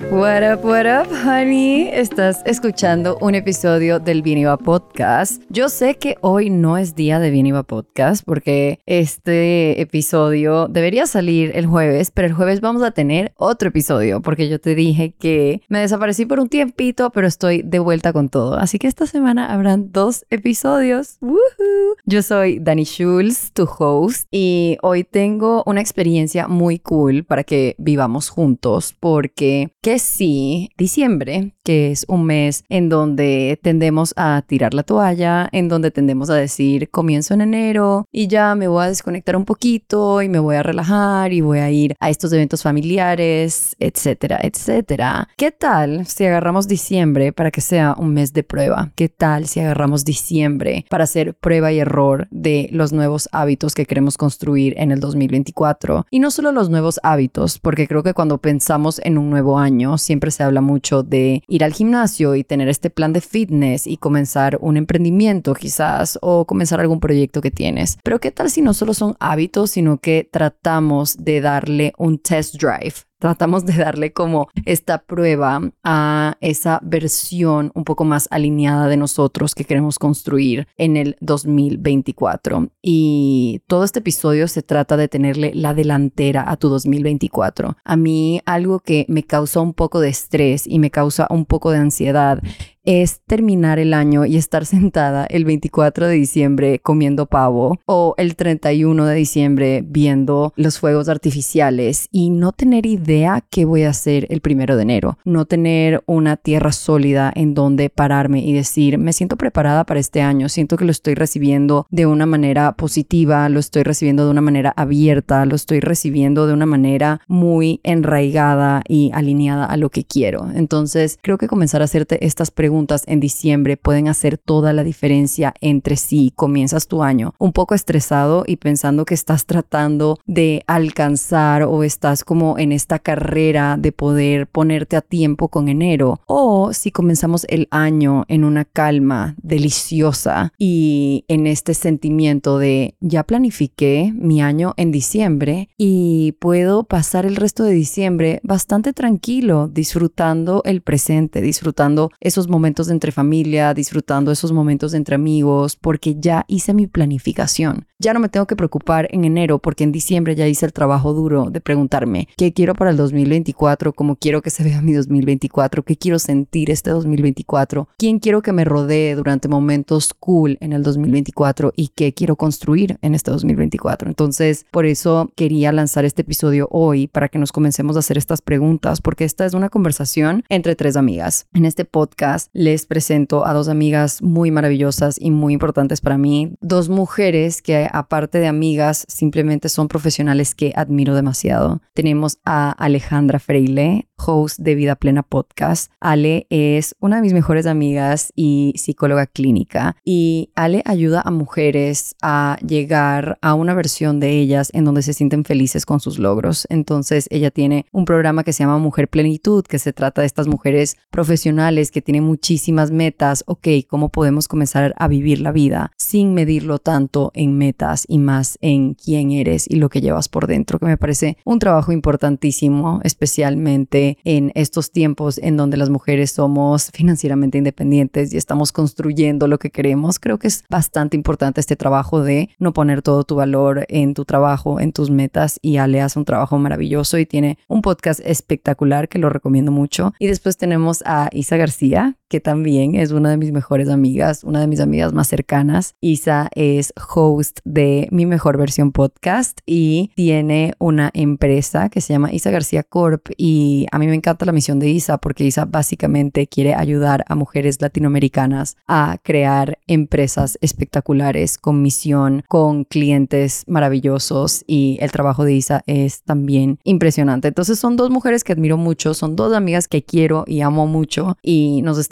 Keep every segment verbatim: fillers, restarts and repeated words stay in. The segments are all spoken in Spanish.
What up, what up, honey? Estás escuchando un episodio del Viniva Podcast. Yo sé que hoy no es día de Viniva Podcast porque este episodio debería salir el jueves, pero el jueves vamos a tener otro episodio porque yo te dije que me desaparecí por un tiempito, pero estoy de vuelta con todo. Así que esta semana habrán dos episodios. ¡Woohoo! Yo soy Dani Schulz, tu host, y hoy tengo una experiencia muy cool para que vivamos juntos porque que sí, diciembre, que es un mes en donde tendemos a tirar la toalla, en donde tendemos a decir comienzo en enero y ya me voy a desconectar un poquito y me voy a relajar y voy a ir a estos eventos familiares, etcétera, etcétera. ¿Qué tal si agarramos diciembre para que sea un mes de prueba? ¿Qué tal si agarramos diciembre para hacer prueba y error de los nuevos hábitos que queremos construir en el dos mil veinticuatro? Y no solo los nuevos hábitos, porque creo que cuando pensamos en un nuevo año siempre se habla mucho de ir al gimnasio y tener este plan de fitness y comenzar un emprendimiento quizás o comenzar algún proyecto que tienes. Pero ¿qué tal si no solo son hábitos, sino que tratamos de darle un test drive? Tratamos de darle como esta prueba a esa versión un poco más alineada de nosotros que queremos construir en el dos mil veinticuatro. Y todo este episodio se trata de tenerle la delantera a tu dos mil veinticuatro. A mí algo que me causa un poco de estrés y me causa un poco de ansiedad es terminar el año y estar sentada el veinticuatro de diciembre comiendo pavo o el treinta y uno de diciembre viendo los fuegos artificiales y no tener idea qué voy a hacer el primero de enero. No tener una tierra sólida en donde pararme y decir, me siento preparada para este año, siento que lo estoy recibiendo de una manera positiva, lo estoy recibiendo de una manera abierta, lo estoy recibiendo de una manera muy enraigada y alineada a lo que quiero. Entonces, creo que comenzar a hacerte estas preguntas preguntas en diciembre pueden hacer toda la diferencia entre sí. Comienzas tu año un poco estresado y pensando que estás tratando de alcanzar o estás como en esta carrera de poder ponerte a tiempo con enero, o si comenzamos el año en una calma deliciosa y en este sentimiento de ya planifiqué mi año en diciembre y puedo pasar el resto de diciembre bastante tranquilo, disfrutando el presente, disfrutando esos momentos momentos entre familia, disfrutando esos momentos entre amigos, porque ya hice mi planificación. Ya no me tengo que preocupar en enero porque en diciembre ya hice el trabajo duro de preguntarme qué quiero para el dos mil veinticuatro, cómo quiero que se vea mi dos mil veinticuatro, qué quiero sentir este dos mil veinticuatro, quién quiero que me rodee durante momentos cool en el dos mil veinticuatro y qué quiero construir en este dos mil veinticuatro. Entonces, por eso quería lanzar este episodio hoy para que nos comencemos a hacer estas preguntas, porque esta es una conversación entre tres amigas. En este podcast les presento a dos amigas muy maravillosas y muy importantes para mí. Dos mujeres que, aparte de amigas, simplemente son profesionales que admiro demasiado. Tenemos a Alejandra Freile, host de Vida Plena Podcast. Ale es una de mis mejores amigas y psicóloga clínica. Y Ale ayuda a mujeres a llegar a una versión de ellas en donde se sienten felices con sus logros. Entonces, ella tiene un programa que se llama Mujer Plenitud, que se trata de estas mujeres profesionales que tienen muchísimas metas. Ok, ¿cómo podemos comenzar a vivir la vida sin medirlo tanto en metas y más en quién eres y lo que llevas por dentro? Que me parece un trabajo importantísimo, especialmente en estos tiempos en donde las mujeres somos financieramente independientes y estamos construyendo lo que queremos. Creo que es bastante importante este trabajo de no poner todo tu valor en tu trabajo, en tus metas, y Ale hace un trabajo maravilloso y tiene un podcast espectacular que lo recomiendo mucho. Y después tenemos a Isa García, que también es una de mis mejores amigas, una de mis amigas más cercanas. Isa es host de Mi Mejor Versión Podcast y tiene una empresa que se llama Isa García Corp, y a mí me encanta la misión de Isa porque Isa básicamente quiere ayudar a mujeres latinoamericanas a crear empresas espectaculares con misión, con clientes maravillosos, y el trabajo de Isa es también impresionante. Entonces son dos mujeres que admiro mucho, son dos amigas que quiero y amo mucho, y nos estamos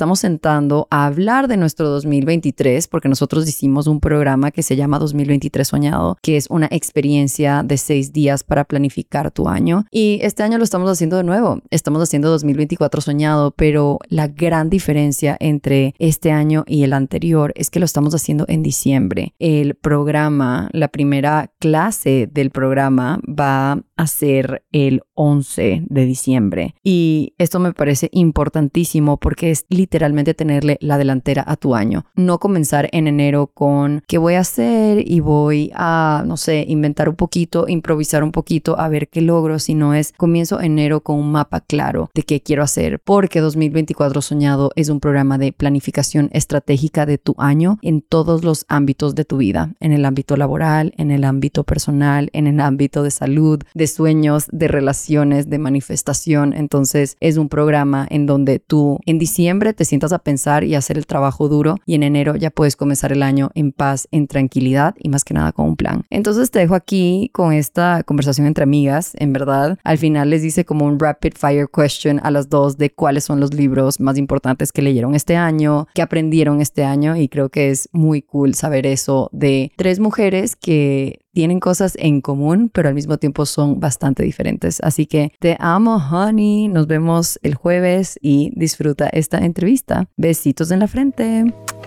estamos sentando a hablar de nuestro dos mil veintitrés, porque nosotros hicimos un programa que se llama dos mil veintitrés Soñado, que es una experiencia de seis días para planificar tu año. Y este año lo estamos haciendo de nuevo. Estamos haciendo dos mil veinticuatro Soñado, pero la gran diferencia entre este año y el anterior es que lo estamos haciendo en diciembre. El programa, la primera clase del programa va a ser el once de diciembre. Y esto me parece importantísimo porque es literalmente tenerle la delantera a tu año. No comenzar en enero con qué voy a hacer y voy a, no sé, inventar un poquito, improvisar un poquito, a ver qué logro, sino es comienzo enero con un mapa claro de qué quiero hacer, porque dos mil veinticuatro Soñado es un programa de planificación estratégica de tu año en todos los ámbitos de tu vida, en el ámbito laboral, en el ámbito personal, en el ámbito de salud, de sueños, de relaciones, de manifestación. Entonces es un programa en donde tú en diciembre te sientas a pensar y hacer el trabajo duro y en enero ya puedes comenzar el año en paz, en tranquilidad y más que nada con un plan. Entonces te dejo aquí con esta conversación entre amigas. En verdad, al final les dice como un rapid fire question a las dos de cuáles son los libros más importantes que leyeron este año, que aprendieron este año, y creo que es muy cool saber eso de tres mujeres que tienen cosas en común, pero al mismo tiempo son bastante diferentes. Así que te amo, honey. Nos vemos el jueves y disfruta esta entrevista. Besitos en la frente.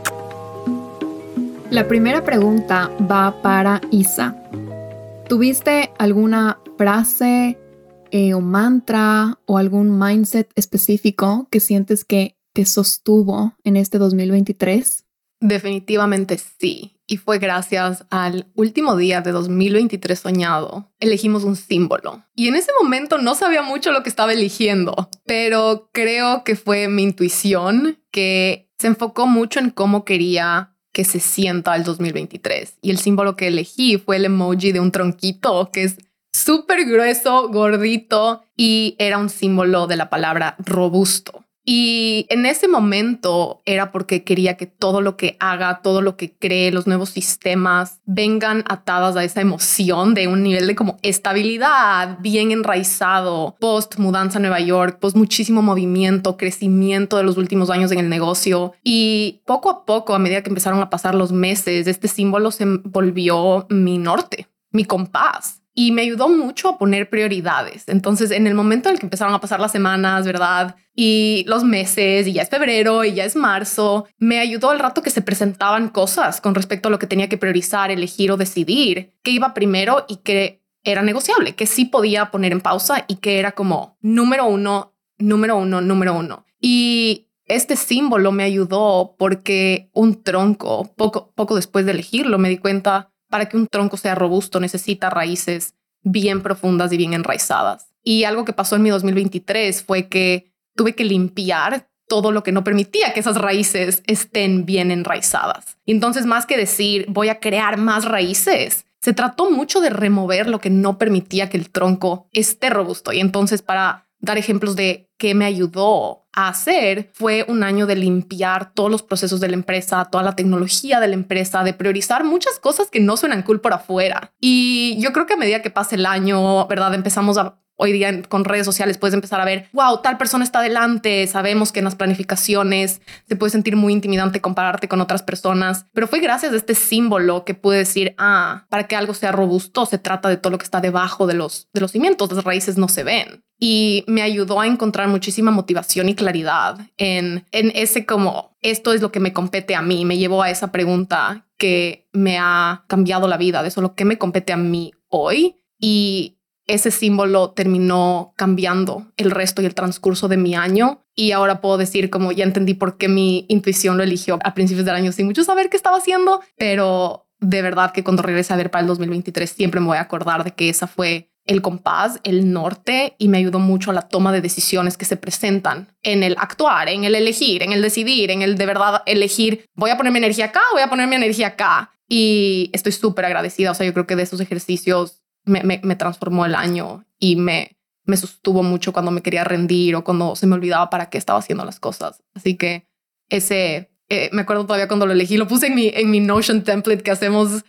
La primera pregunta va para Isa. ¿Tuviste alguna frase eh, o mantra o algún mindset específico que sientes que te sostuvo en este dos mil veintitrés? Definitivamente sí. Y fue gracias al último día de dos mil veintitrés Soñado. Elegimos un símbolo. Y en ese momento no sabía mucho lo que estaba eligiendo, pero creo que fue mi intuición que se enfocó mucho en cómo quería que se sienta el dos mil veintitrés. Y el símbolo que elegí fue el emoji de un tronquito, que es súper grueso, gordito, y era un símbolo de la palabra robusto. Y en ese momento era porque quería que todo lo que haga, todo lo que cree, los nuevos sistemas vengan atadas a esa emoción de un nivel de como estabilidad bien enraizado, post mudanza a Nueva York, post muchísimo movimiento, crecimiento de los últimos años en el negocio. Y poco a poco, a medida que empezaron a pasar los meses, este símbolo se volvió mi norte, mi compás. Y me ayudó mucho a poner prioridades. Entonces, en el momento en el que empezaron a pasar las semanas, ¿verdad? Y los meses, y ya es febrero, y ya es marzo, me ayudó el rato que se presentaban cosas con respecto a lo que tenía que priorizar, elegir o decidir, qué iba primero y qué era negociable, que sí podía poner en pausa y que era como número uno, número uno, número uno. Y este símbolo me ayudó porque un tronco, poco, poco después de elegirlo, me di cuenta, para que un tronco sea robusto necesita raíces bien profundas y bien enraizadas. Y algo que pasó en mi dos mil veintitrés fue que tuve que limpiar todo lo que no permitía que esas raíces estén bien enraizadas. Entonces, más que decir voy a crear más raíces, se trató mucho de remover lo que no permitía que el tronco esté robusto. Y entonces, para dar ejemplos de qué me ayudó a hacer, fue un año de limpiar todos los procesos de la empresa, toda la tecnología de la empresa, de priorizar muchas cosas que no suenan cool por afuera. Y yo creo que a medida que pase el año, ¿verdad? Empezamos a hoy día con redes sociales puedes empezar a ver, wow, tal persona está adelante. Sabemos que en las planificaciones se puede sentir muy intimidante compararte con otras personas, pero fue gracias a este símbolo que pude decir, ah, para que algo sea robusto se trata de todo lo que está debajo de los, de los cimientos, las raíces no se ven. Y me ayudó a encontrar muchísima motivación y claridad en, en ese como, esto es lo que me compete a mí. Me llevó a esa pregunta que me ha cambiado la vida, de eso lo que me compete a mí hoy. Y ese símbolo terminó cambiando el resto y el transcurso de mi año. Y ahora puedo decir como ya entendí por qué mi intuición lo eligió a principios del año sin mucho saber qué estaba haciendo. Pero de verdad que cuando regrese a ver para el dos mil veintitrés siempre me voy a acordar de que esa fue el compás, el norte, y me ayudó mucho a la toma de decisiones que se presentan en el actuar, en el elegir, en el decidir, en el de verdad elegir, voy a poner mi energía acá, voy a poner mi energía acá. Y estoy súper agradecida. O sea, yo creo que de esos ejercicios me, me, me transformó el año y me, me sostuvo mucho cuando me quería rendir o cuando se me olvidaba para qué estaba haciendo las cosas. Así que ese, eh, me acuerdo todavía cuando lo elegí, lo puse en mi, en mi Notion template que hacemos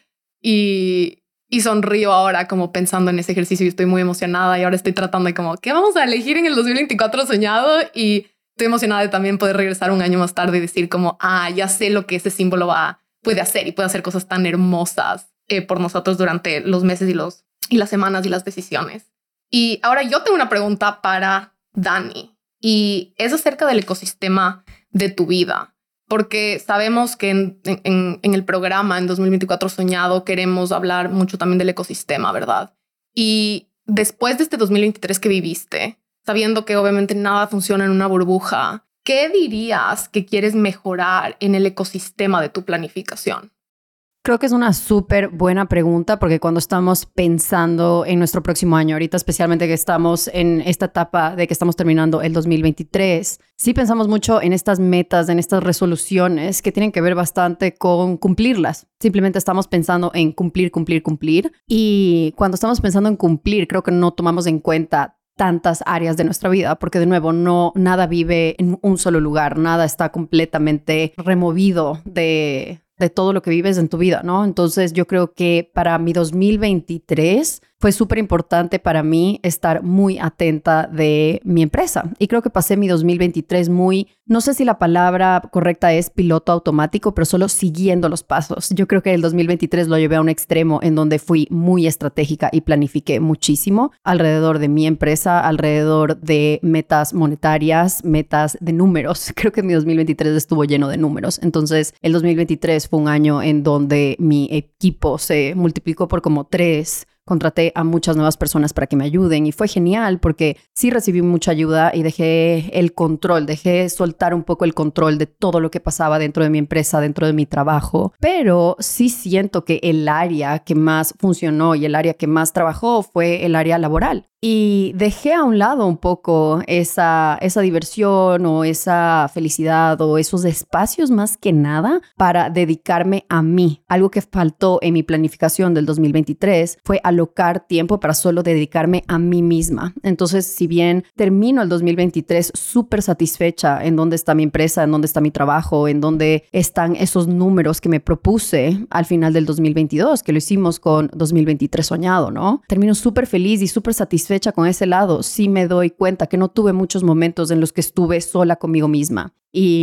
y... Y sonrío ahora como pensando en ese ejercicio y estoy muy emocionada y ahora estoy tratando de como, ¿qué vamos a elegir en el dos mil veinticuatro soñado? Y estoy emocionada de también poder regresar un año más tarde y decir como, ah, ya sé lo que ese símbolo va, puede hacer y puede hacer cosas tan hermosas eh, por nosotros durante los meses y, los, y las semanas y las decisiones. Y ahora yo tengo una pregunta para Dani y es acerca del ecosistema de tu vida. Porque sabemos que en, en, en el programa en dos mil veinticuatro Soñado queremos hablar mucho también del ecosistema, ¿verdad? Y después de este dos mil veintitrés que viviste, sabiendo que obviamente nada funciona en una burbuja, ¿qué dirías que quieres mejorar en el ecosistema de tu planificación? Creo que es una súper buena pregunta porque cuando estamos pensando en nuestro próximo año, ahorita especialmente que estamos en esta etapa de que estamos terminando el dos mil veintitrés, sí pensamos mucho en estas metas, en estas resoluciones que tienen que ver bastante con cumplirlas. Simplemente estamos pensando en cumplir, cumplir, cumplir. Y cuando estamos pensando en cumplir, creo que no tomamos en cuenta tantas áreas de nuestra vida, porque de nuevo, no, nada vive en un solo lugar, nada está completamente removido de... de todo lo que vives en tu vida, ¿no? Entonces yo creo que para mi dos mil veintitrés fue súper importante para mí estar muy atenta de mi empresa. Y creo que pasé mi dos mil veintitrés muy, no sé si la palabra correcta es piloto automático, pero solo siguiendo los pasos. Yo creo que el dos mil veintitrés lo llevé a un extremo en donde fui muy estratégica y planifiqué muchísimo alrededor de mi empresa, alrededor de metas monetarias, metas de números. Creo que mi dos mil veintitrés estuvo lleno de números. Entonces el dos mil veintitrés fue un año en donde mi equipo se multiplicó por como tres. Contraté a muchas nuevas personas para que me ayuden y fue genial porque sí recibí mucha ayuda y dejé el control, dejé soltar un poco el control de todo lo que pasaba dentro de mi empresa, dentro de mi trabajo. Pero sí siento que el área que más funcionó y el área que más trabajó fue el área laboral. Y dejé a un lado un poco esa, esa diversión o esa felicidad o esos espacios más que nada para dedicarme a mí. Algo que faltó en mi planificación del dos mil veintitrés fue alocar tiempo para solo dedicarme a mí misma. Entonces, si bien termino el dos mil veintitrés súper satisfecha en dónde está mi empresa, en dónde está mi trabajo, en dónde están esos números que me propuse al final del dos mil veintidós, que lo hicimos con dos mil veintitrés Soñado, ¿no? Termino súper feliz y súper satisfecha con ese lado. Sí me doy cuenta que no tuve muchos momentos en los que estuve sola conmigo misma.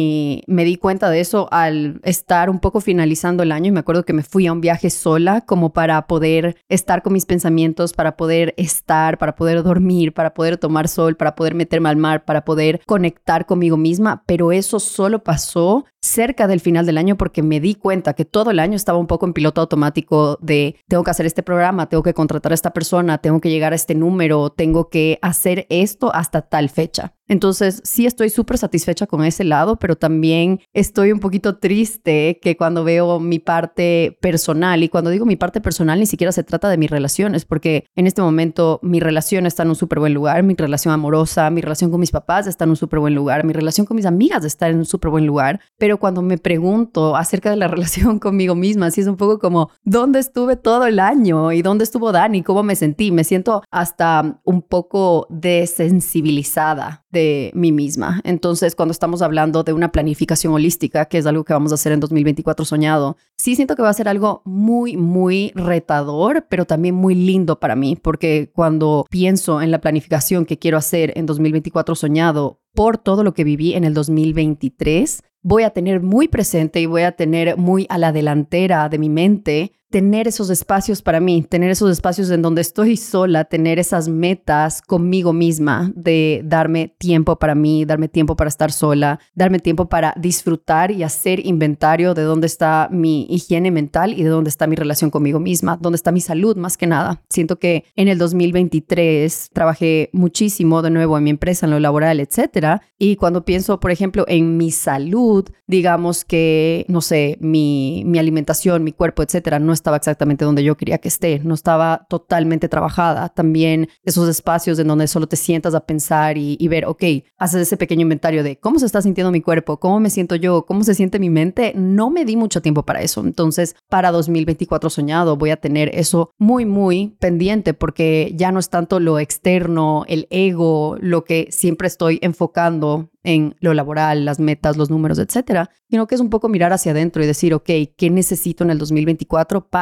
Y me di cuenta de eso al estar un poco finalizando el año y me acuerdo que me fui a un viaje sola como para poder estar con mis pensamientos, para poder estar, para poder dormir, para poder tomar sol, para poder meterme al mar, para poder conectar conmigo misma. Pero eso solo pasó cerca del final del año porque me di cuenta que todo el año estaba un poco en piloto automático de tengo que hacer este programa, tengo que contratar a esta persona, tengo que llegar a este número, tengo que hacer esto hasta tal fecha. Entonces sí estoy súper satisfecha con ese lado, pero también estoy un poquito triste que cuando veo mi parte personal, y cuando digo mi parte personal ni siquiera se trata de mis relaciones, porque en este momento mi relación está en un súper buen lugar, mi relación amorosa, mi relación con mis papás está en un súper buen lugar, mi relación con mis amigas está en un súper buen lugar, pero cuando me pregunto acerca de la relación conmigo misma, sí es un poco como, ¿dónde estuve todo el año? ¿Y dónde estuvo Dani? ¿Cómo me sentí? Me siento hasta un poco desensibilizada de mí misma. Entonces, cuando estamos hablando de una planificación holística, que es algo que vamos a hacer en dos mil veinticuatro Soñado, sí siento que va a ser algo muy, muy retador, pero también muy lindo para mí, porque cuando pienso en la planificación que quiero hacer en dos mil veinticuatro Soñado, por todo lo que viví en el dos mil veintitrés, voy a tener muy presente y voy a tener muy a la delantera de mi mente tener esos espacios para mí, tener esos espacios en donde estoy sola, tener esas metas conmigo misma de darme tiempo para mí, darme tiempo para estar sola, darme tiempo para disfrutar y hacer inventario de dónde está mi higiene mental y de dónde está mi relación conmigo misma, dónde está mi salud más que nada. Siento que en el dos mil veintitrés trabajé muchísimo de nuevo en mi empresa, en lo laboral, etcétera. Y cuando pienso, por ejemplo, en mi salud, digamos que, no sé, mi, mi alimentación, mi cuerpo, etcétera, no estaba exactamente donde yo quería que esté, no estaba totalmente trabajada. También esos espacios en donde solo te sientas a pensar y, y ver, ok, haces ese pequeño inventario de cómo se está sintiendo mi cuerpo, cómo me siento yo, cómo se siente mi mente. No me di mucho tiempo para eso. Entonces, para dos mil veinticuatro Soñado voy a tener eso muy, muy pendiente porque ya no es tanto lo externo, el ego, lo que siempre estoy enfocando en lo laboral, las metas, los números, etcétera, sino que es un poco mirar hacia adentro y decir, ok, ¿qué necesito en el dos mil veinticuatro para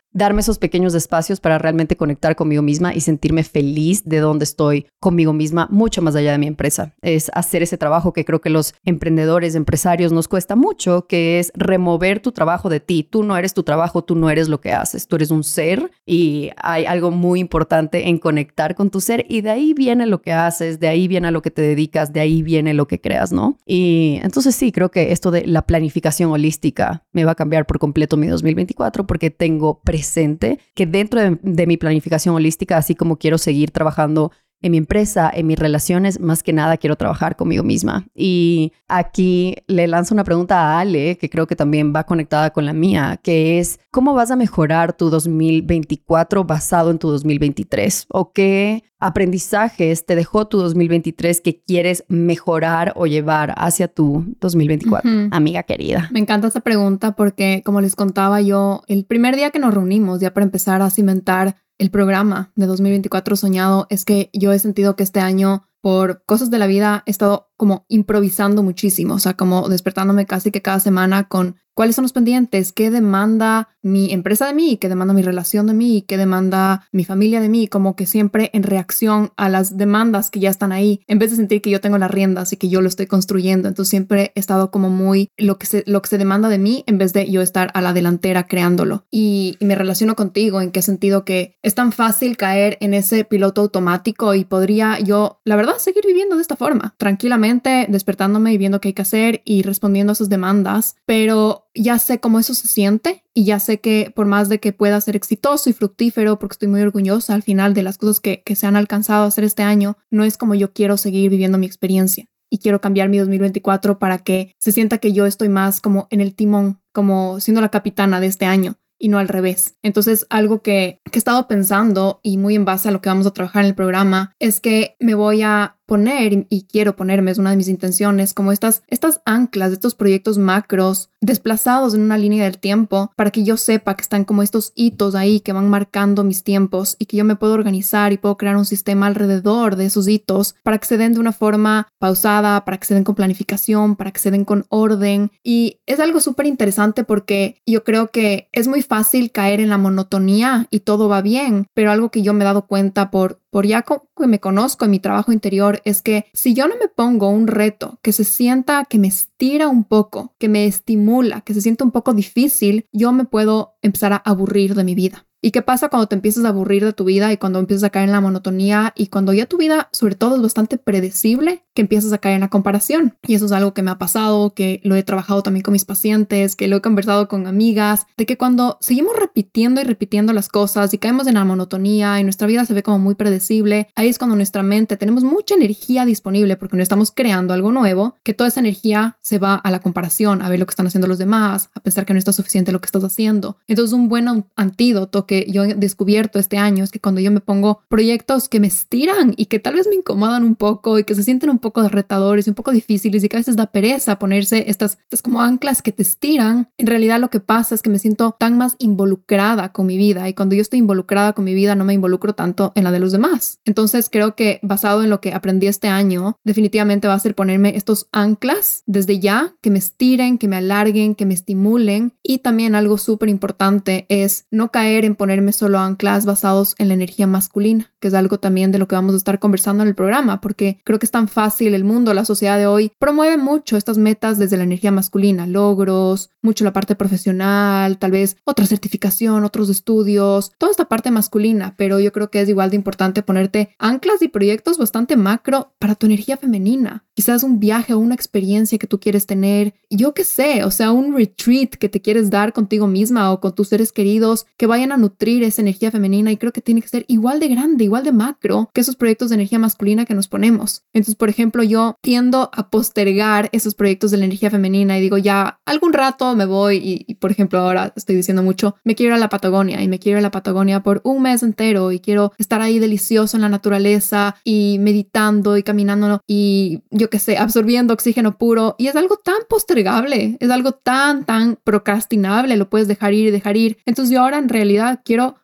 darme esos pequeños espacios para realmente conectar conmigo misma y sentirme feliz de dónde estoy conmigo misma, mucho más allá de mi empresa. Es hacer ese trabajo que creo que los emprendedores, empresarios nos cuesta mucho, que es remover tu trabajo de ti. Tú no eres tu trabajo, tú no eres lo que haces, tú eres un ser y hay algo muy importante en conectar con tu ser y de ahí viene lo que haces, de ahí viene a lo que te dedicas, de ahí viene lo que creas, ¿no? Y entonces sí, creo que esto de la planificación holística me va a cambiar por completo mi dos mil veinticuatro porque tengo presente que dentro de, de mi planificación holística, así como quiero seguir trabajando en mi empresa, en mis relaciones, más que nada quiero trabajar conmigo misma. Y aquí le lanzo una pregunta a Ale, que creo que también va conectada con la mía, que es, ¿cómo vas a mejorar tu dos mil veinticuatro basado en tu dos mil veintitrés? ¿O qué aprendizajes te dejó tu dos mil veintitrés que quieres mejorar o llevar hacia tu dos mil veinticuatro, uh-huh. amiga querida? Me encanta esta pregunta porque, como les contaba yo, el primer día que nos reunimos, ya para empezar a cimentar el programa de dos mil veinticuatro soñado, es que yo he sentido que este año, por cosas de la vida, he estado como improvisando muchísimo, o sea, como despertándome casi que cada semana con cuáles son los pendientes, qué demanda mi empresa de mí, qué demanda mi relación de mí, qué demanda mi familia de mí, como que siempre en reacción a las demandas que ya están ahí, en vez de sentir que yo tengo las riendas y que yo lo estoy construyendo. Entonces siempre he estado como muy lo que se, lo que se demanda de mí en vez de yo estar a la delantera creándolo. Y, y me relaciono contigo en qué sentido que es tan fácil caer en ese piloto automático y podría yo, la verdad, seguir viviendo de esta forma, tranquilamente, despertándome y viendo qué hay que hacer y respondiendo a esas demandas, pero ya sé cómo eso se siente y ya sé que por más de que pueda ser exitoso y fructífero, porque estoy muy orgullosa al final de las cosas que, que se han alcanzado a hacer este año, no es como yo quiero seguir viviendo mi experiencia y quiero cambiar mi dos mil veinticuatro para que se sienta que yo estoy más como en el timón, como siendo la capitana de este año y no al revés. Entonces, algo que, que he estado pensando y muy en base a lo que vamos a trabajar en el programa es que me voy a poner y quiero ponerme, es una de mis intenciones, como estas, estas anclas de estos proyectos macros desplazados en una línea del tiempo para que yo sepa que están como estos hitos ahí que van marcando mis tiempos y que yo me puedo organizar y puedo crear un sistema alrededor de esos hitos para que se den de una forma pausada, para que se den con planificación, para que se den con orden. Y es algo súper interesante porque yo creo que es muy fácil caer en la monotonía y todo va bien, pero algo que yo me he dado cuenta por por ya que me conozco en mi trabajo interior, es que si yo no me pongo un reto que se sienta, que me estira un poco, que me estimula, que se sienta un poco difícil, yo me puedo empezar a aburrir de mi vida. ¿Y qué pasa cuando te empiezas a aburrir de tu vida y cuando empiezas a caer en la monotonía y cuando ya tu vida, sobre todo, es bastante predecible, que empiezas a caer en la comparación? Y eso es algo que me ha pasado, que lo he trabajado también con mis pacientes, que lo he conversado con amigas, de que cuando seguimos repitiendo y repitiendo las cosas y caemos en la monotonía y nuestra vida se ve como muy predecible, ahí es cuando nuestra mente, tenemos mucha energía disponible porque no estamos creando algo nuevo, que toda esa energía se va a la comparación, a ver lo que están haciendo los demás, a pensar que no está suficiente lo que estás haciendo. Entonces, un buen antídoto que yo he descubierto este año es que cuando yo me pongo proyectos que me estiran y que tal vez me incomodan un poco y que se sienten un poco retadores y un poco difíciles y que a veces da pereza ponerse estas, estas como anclas que te estiran, en realidad lo que pasa es que me siento tan más involucrada con mi vida y cuando yo estoy involucrada con mi vida no me involucro tanto en la de los demás. Entonces creo que basado en lo que aprendí este año, definitivamente va a ser ponerme estos anclas desde ya que me estiren, que me alarguen, que me estimulen. Y también algo súper importante es no caer en ponerme solo anclas basados en la energía masculina, que es algo también de lo que vamos a estar conversando en el programa, porque creo que es tan fácil el mundo, la sociedad de hoy promueve mucho estas metas desde la energía masculina, logros, mucho la parte profesional, tal vez otra certificación, otros estudios, toda esta parte masculina, pero yo creo que es igual de importante ponerte anclas y proyectos bastante macro para tu energía femenina. Quizás un viaje o una experiencia que tú quieres tener, yo qué sé, o sea, un retreat que te quieres dar contigo misma o con tus seres queridos que vayan a nutrir esa energía femenina, y creo que tiene que ser igual de grande, igual de macro que esos proyectos de energía masculina que nos ponemos. Entonces, por ejemplo, yo tiendo a postergar esos proyectos de la energía femenina y digo, ya algún rato me voy y, y por ejemplo, ahora estoy diciendo mucho, me quiero ir a la Patagonia y me quiero ir a la Patagonia por un mes entero y quiero estar ahí delicioso en la naturaleza y meditando y caminando y yo qué sé, absorbiendo oxígeno puro, y es algo tan postergable, es algo tan, tan procrastinable, lo puedes dejar ir y dejar ir. Entonces yo ahora en realidad quiero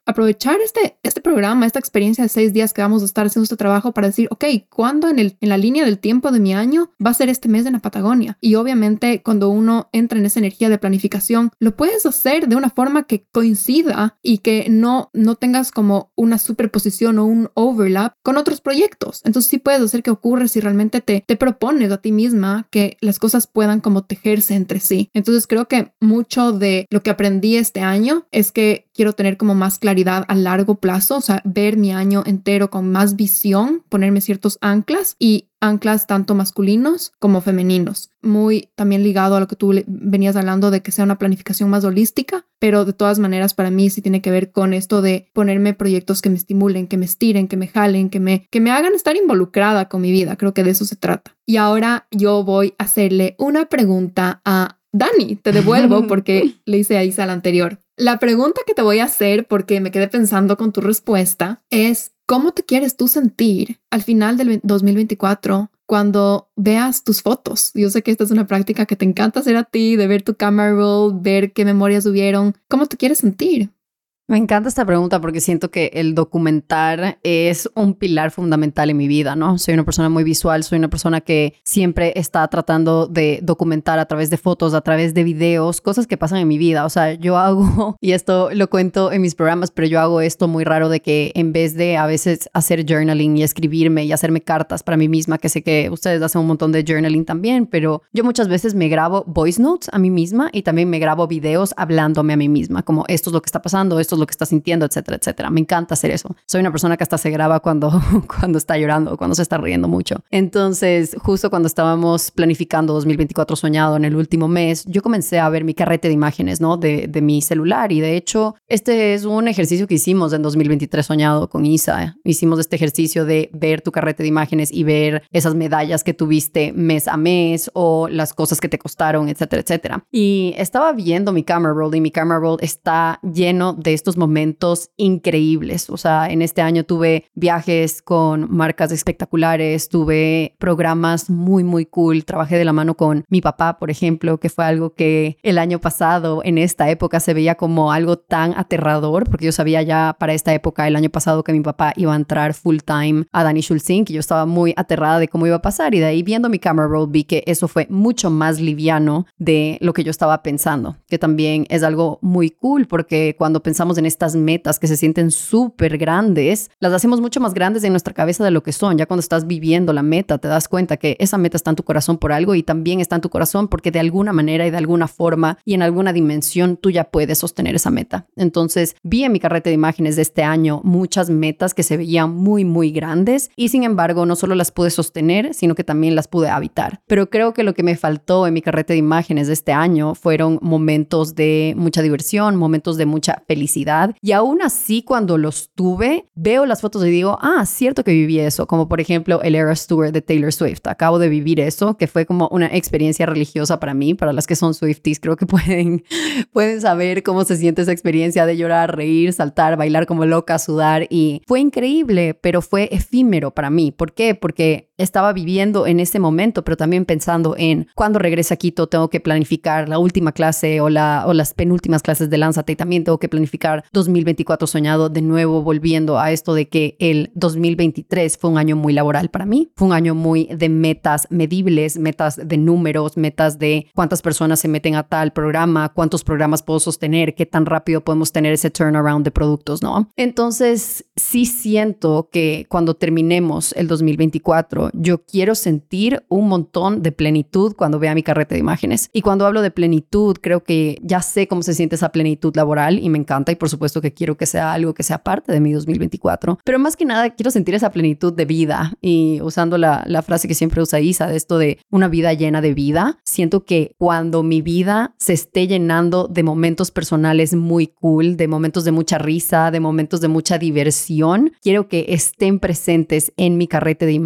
aprovechar este, este programa, esta experiencia de seis días que vamos a estar haciendo este trabajo para decir, ok, ¿cuándo en, el, en la línea del tiempo de mi año va a ser este mes en la Patagonia? Y obviamente cuando uno entra en esa energía de planificación, lo puedes hacer de una forma que coincida y que no, no tengas como una superposición o un overlap con otros proyectos. Entonces sí puedes hacer que ocurra si realmente te, te propones a ti misma que las cosas puedan como tejerse entre sí. Entonces creo que mucho de lo que aprendí este año es que quiero tener como más claridad a largo plazo, o sea, ver mi año entero con más visión, ponerme ciertos anclas y anclas tanto masculinos como femeninos. Muy también ligado a lo que tú venías hablando de que sea una planificación más holística, pero de todas maneras para mí sí tiene que ver con esto de ponerme proyectos que me estimulen, que me estiren, que me jalen, que me, que me hagan estar involucrada con mi vida. Creo que de eso se trata. Y ahora yo voy a hacerle una pregunta a Dani. Te devuelvo porque le hice a Isa la anterior. La pregunta que te voy a hacer, porque me quedé pensando con tu respuesta, es ¿cómo te quieres tú sentir al final del dos mil veinticuatro cuando veas tus fotos? Yo sé que esta es una práctica que te encanta hacer a ti, de ver tu camera roll, ver qué memorias hubieron. ¿Cómo te quieres sentir? Me encanta esta pregunta porque siento que el documentar es un pilar fundamental en mi vida, ¿no? Soy una persona muy visual, soy una persona que siempre está tratando de documentar a través de fotos, a través de videos, cosas que pasan en mi vida. O sea, yo hago, y esto lo cuento en mis programas, pero yo hago esto muy raro de que en vez de a veces hacer journaling y escribirme y hacerme cartas para mí misma, que sé que ustedes hacen un montón de journaling también, pero yo muchas veces me grabo voice notes a mí misma y también me grabo videos hablándome a mí misma, como esto es lo que está pasando, esto lo que está sintiendo, etcétera, etcétera. Me encanta hacer eso. Soy una persona que hasta se graba cuando, cuando está llorando, cuando se está riendo mucho. Entonces, justo cuando estábamos planificando dos mil veinticuatro soñado en el último mes, yo comencé a ver mi carrete de imágenes, ¿no? De, de mi celular. Y de hecho, este es un ejercicio que hicimos en dos mil veintitrés soñado con Isa. Hicimos este ejercicio de ver tu carrete de imágenes y ver esas medallas que tuviste mes a mes o las cosas que te costaron, etcétera, etcétera. Y estaba viendo mi camera roll y mi camera roll está lleno de estos momentos increíbles. O sea, en este año tuve viajes con marcas espectaculares, tuve programas muy, muy cool. Trabajé de la mano con mi papá, por ejemplo, que fue algo que el año pasado, en esta época, se veía como algo tan aterrador, porque yo sabía ya para esta época, el año pasado, que mi papá iba a entrar full time a Danny Schulzink, y yo estaba muy aterrada de cómo iba a pasar. Y de ahí, viendo mi camera roll, vi que eso fue mucho más liviano de lo que yo estaba pensando, que también es algo muy cool, porque cuando pensamos en estas metas que se sienten súper grandes, las hacemos mucho más grandes en nuestra cabeza de lo que son. Ya cuando estás viviendo la meta, te das cuenta que esa meta está en tu corazón por algo y también está en tu corazón porque de alguna manera y de alguna forma y en alguna dimensión tú ya puedes sostener esa meta. Entonces, vi en mi carrete de imágenes de este año muchas metas que se veían muy, muy grandes y sin embargo no solo las pude sostener, sino que también las pude habitar. Pero creo que lo que me faltó en mi carrete de imágenes de este año fueron momentos de mucha diversión, momentos de mucha felicidad. Y aún así, cuando los tuve, veo las fotos y digo, ah, cierto que viví eso. Como por ejemplo el Eras Tour de Taylor Swift. Acabo de vivir eso, que fue como una experiencia religiosa para mí. Para las que son Swifties, creo que pueden, pueden saber cómo se siente esa experiencia de llorar, reír, saltar, bailar como loca, sudar. Y fue increíble, pero fue efímero para mí. ¿Por qué? Porque estaba viviendo en ese momento, pero también pensando en cuando regrese a Quito tengo que planificar la última clase o, la, o las penúltimas clases de Lánzate, y también tengo que planificar dos mil veinticuatro soñado, de nuevo volviendo a esto de que el dos mil veintitrés fue un año muy laboral para mí, fue un año muy de metas medibles, metas de números, metas de cuántas personas se meten a tal programa, cuántos programas puedo sostener, qué tan rápido podemos tener ese turnaround de productos, ¿no? Entonces sí siento que cuando terminemos el dos mil veinticuatro, yo quiero sentir un montón de plenitud cuando vea mi carrete de imágenes. Y cuando hablo de plenitud, creo que ya sé cómo se siente esa plenitud laboral y me encanta, y por supuesto que quiero que sea algo que sea parte de mi dos mil veinticuatro. Pero más que nada quiero sentir esa plenitud de vida, y usando la, la frase que siempre usa Isa de esto de una vida llena de vida, siento que cuando mi vida se esté llenando de momentos personales muy cool, de momentos de mucha risa, de momentos de mucha diversión, quiero que estén presentes en mi carrete de imágenes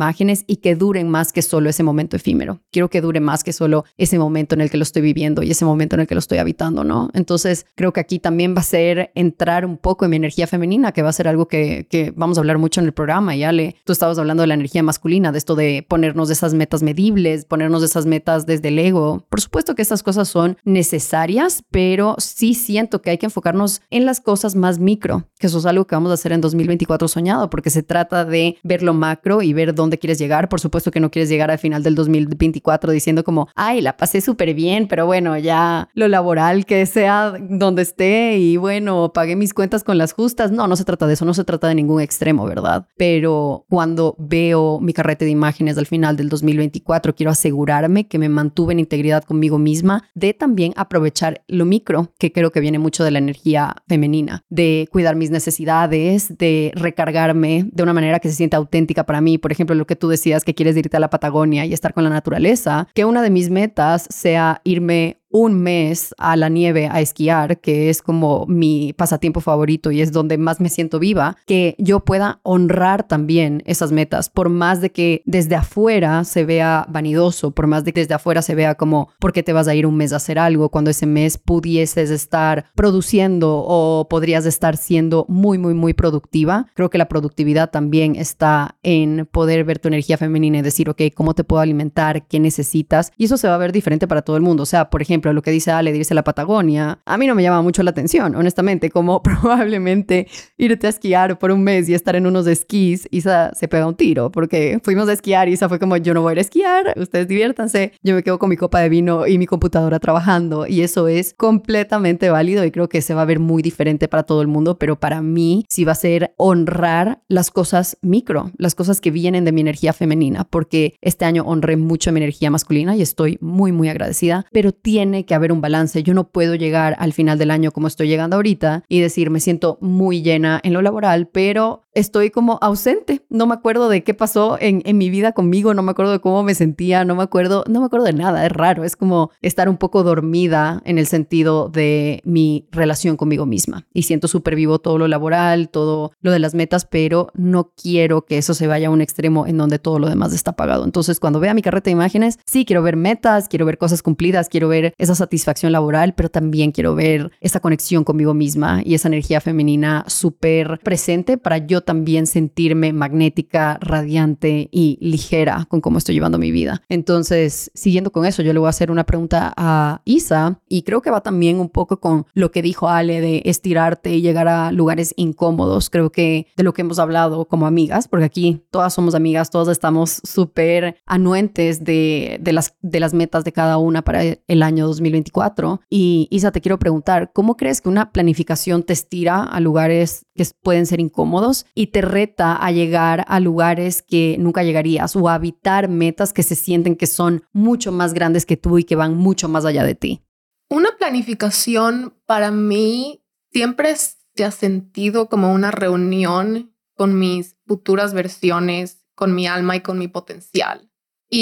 y que duren más que solo ese momento efímero. Quiero que dure más que solo ese momento en el que lo estoy viviendo y ese momento en el que lo estoy habitando, ¿no? Entonces creo que aquí también va a ser entrar un poco en mi energía femenina, que va a ser algo que, que vamos a hablar mucho en el programa. Y Ale, tú estabas hablando de la energía masculina, de esto de ponernos esas metas medibles, ponernos esas metas desde el ego. Por supuesto que estas cosas son necesarias, pero sí siento que hay que enfocarnos en las cosas más micro, que eso es algo que vamos a hacer en dos mil veinticuatro soñado, porque se trata de ver lo macro y ver dónde quieres llegar. Por supuesto que no quieres llegar al final del dos mil veinticuatro diciendo como, ay, la pasé súper bien, pero bueno, ya lo laboral que sea donde esté y bueno, pagué mis cuentas con las justas. No, no se trata de eso, no se trata de ningún extremo, ¿verdad? Pero cuando veo mi carrete de imágenes al final del dos mil veinticuatro, quiero asegurarme que me mantuve en integridad conmigo misma, de también aprovechar lo micro, que creo que viene mucho de la energía femenina, de cuidar mis necesidades, de recargarme de una manera que se sienta auténtica para mí. Por ejemplo, lo que tú decías, que quieres irte a la Patagonia y estar con la naturaleza, que una de mis metas sea irme un mes a la nieve a esquiar, que es como mi pasatiempo favorito y es donde más me siento viva, que yo pueda honrar también esas metas, por más de que desde afuera se vea vanidoso, por más de que desde afuera se vea como, ¿por qué te vas a ir un mes a hacer algo cuando ese mes pudieses estar produciendo o podrías estar siendo muy, muy, muy productiva? Creo que la productividad también está en poder ver tu energía femenina y decir, ok, ¿cómo te puedo alimentar? ¿Qué necesitas? Y eso se va a ver diferente para todo el mundo. O sea, por ejemplo, lo que dice Ale de irse a la Patagonia, a mí no me llama mucho la atención, honestamente, como probablemente irte a esquiar por un mes y estar en unos esquís. Isa se pega un tiro porque fuimos a esquiar y Isa fue como, yo no voy a ir a esquiar, ustedes diviértanse, yo me quedo con mi copa de vino y mi computadora trabajando, y eso es completamente válido y creo que se va a ver muy diferente para todo el mundo, pero para mí sí va a ser honrar las cosas micro, las cosas que vienen de mi energía femenina, porque este año honré mucho mi energía masculina y estoy muy, muy agradecida, pero tiene que haber un balance. Yo no puedo llegar al final del año como estoy llegando ahorita y decir, me siento muy llena en lo laboral, pero estoy como ausente. No me acuerdo de qué pasó en, en mi vida conmigo, no me acuerdo de cómo me sentía, no me acuerdo, no me acuerdo de nada. Es raro, es como estar un poco dormida en el sentido de mi relación conmigo misma. Y siento súper vivo todo lo laboral, todo lo de las metas, pero no quiero que eso se vaya a un extremo en donde todo lo demás está apagado. Entonces, cuando vea mi carreta de imágenes, sí quiero ver metas, quiero ver cosas cumplidas, quiero ver esa satisfacción laboral, pero también quiero ver esa conexión conmigo misma y esa energía femenina súper presente para yo también sentirme magnética, radiante y ligera con cómo estoy llevando mi vida. Entonces, siguiendo con eso, yo le voy a hacer una pregunta a Isa y creo que va también un poco con lo que dijo Ale de estirarte y llegar a lugares incómodos. Creo que de lo que hemos hablado como amigas, porque aquí todas somos amigas, todas estamos súper anuentes de, de, las, de las metas de cada una para el año dos mil veinticuatro. Y Isa, te quiero preguntar, ¿cómo crees que una planificación te estira a lugares que pueden ser incómodos y te reta a llegar a lugares que nunca llegarías o a habitar metas que se sienten que son mucho más grandes que tú y que van mucho más allá de ti? Una planificación para mí siempre se ha sentido como una reunión con mis futuras versiones, con mi alma y con mi potencial.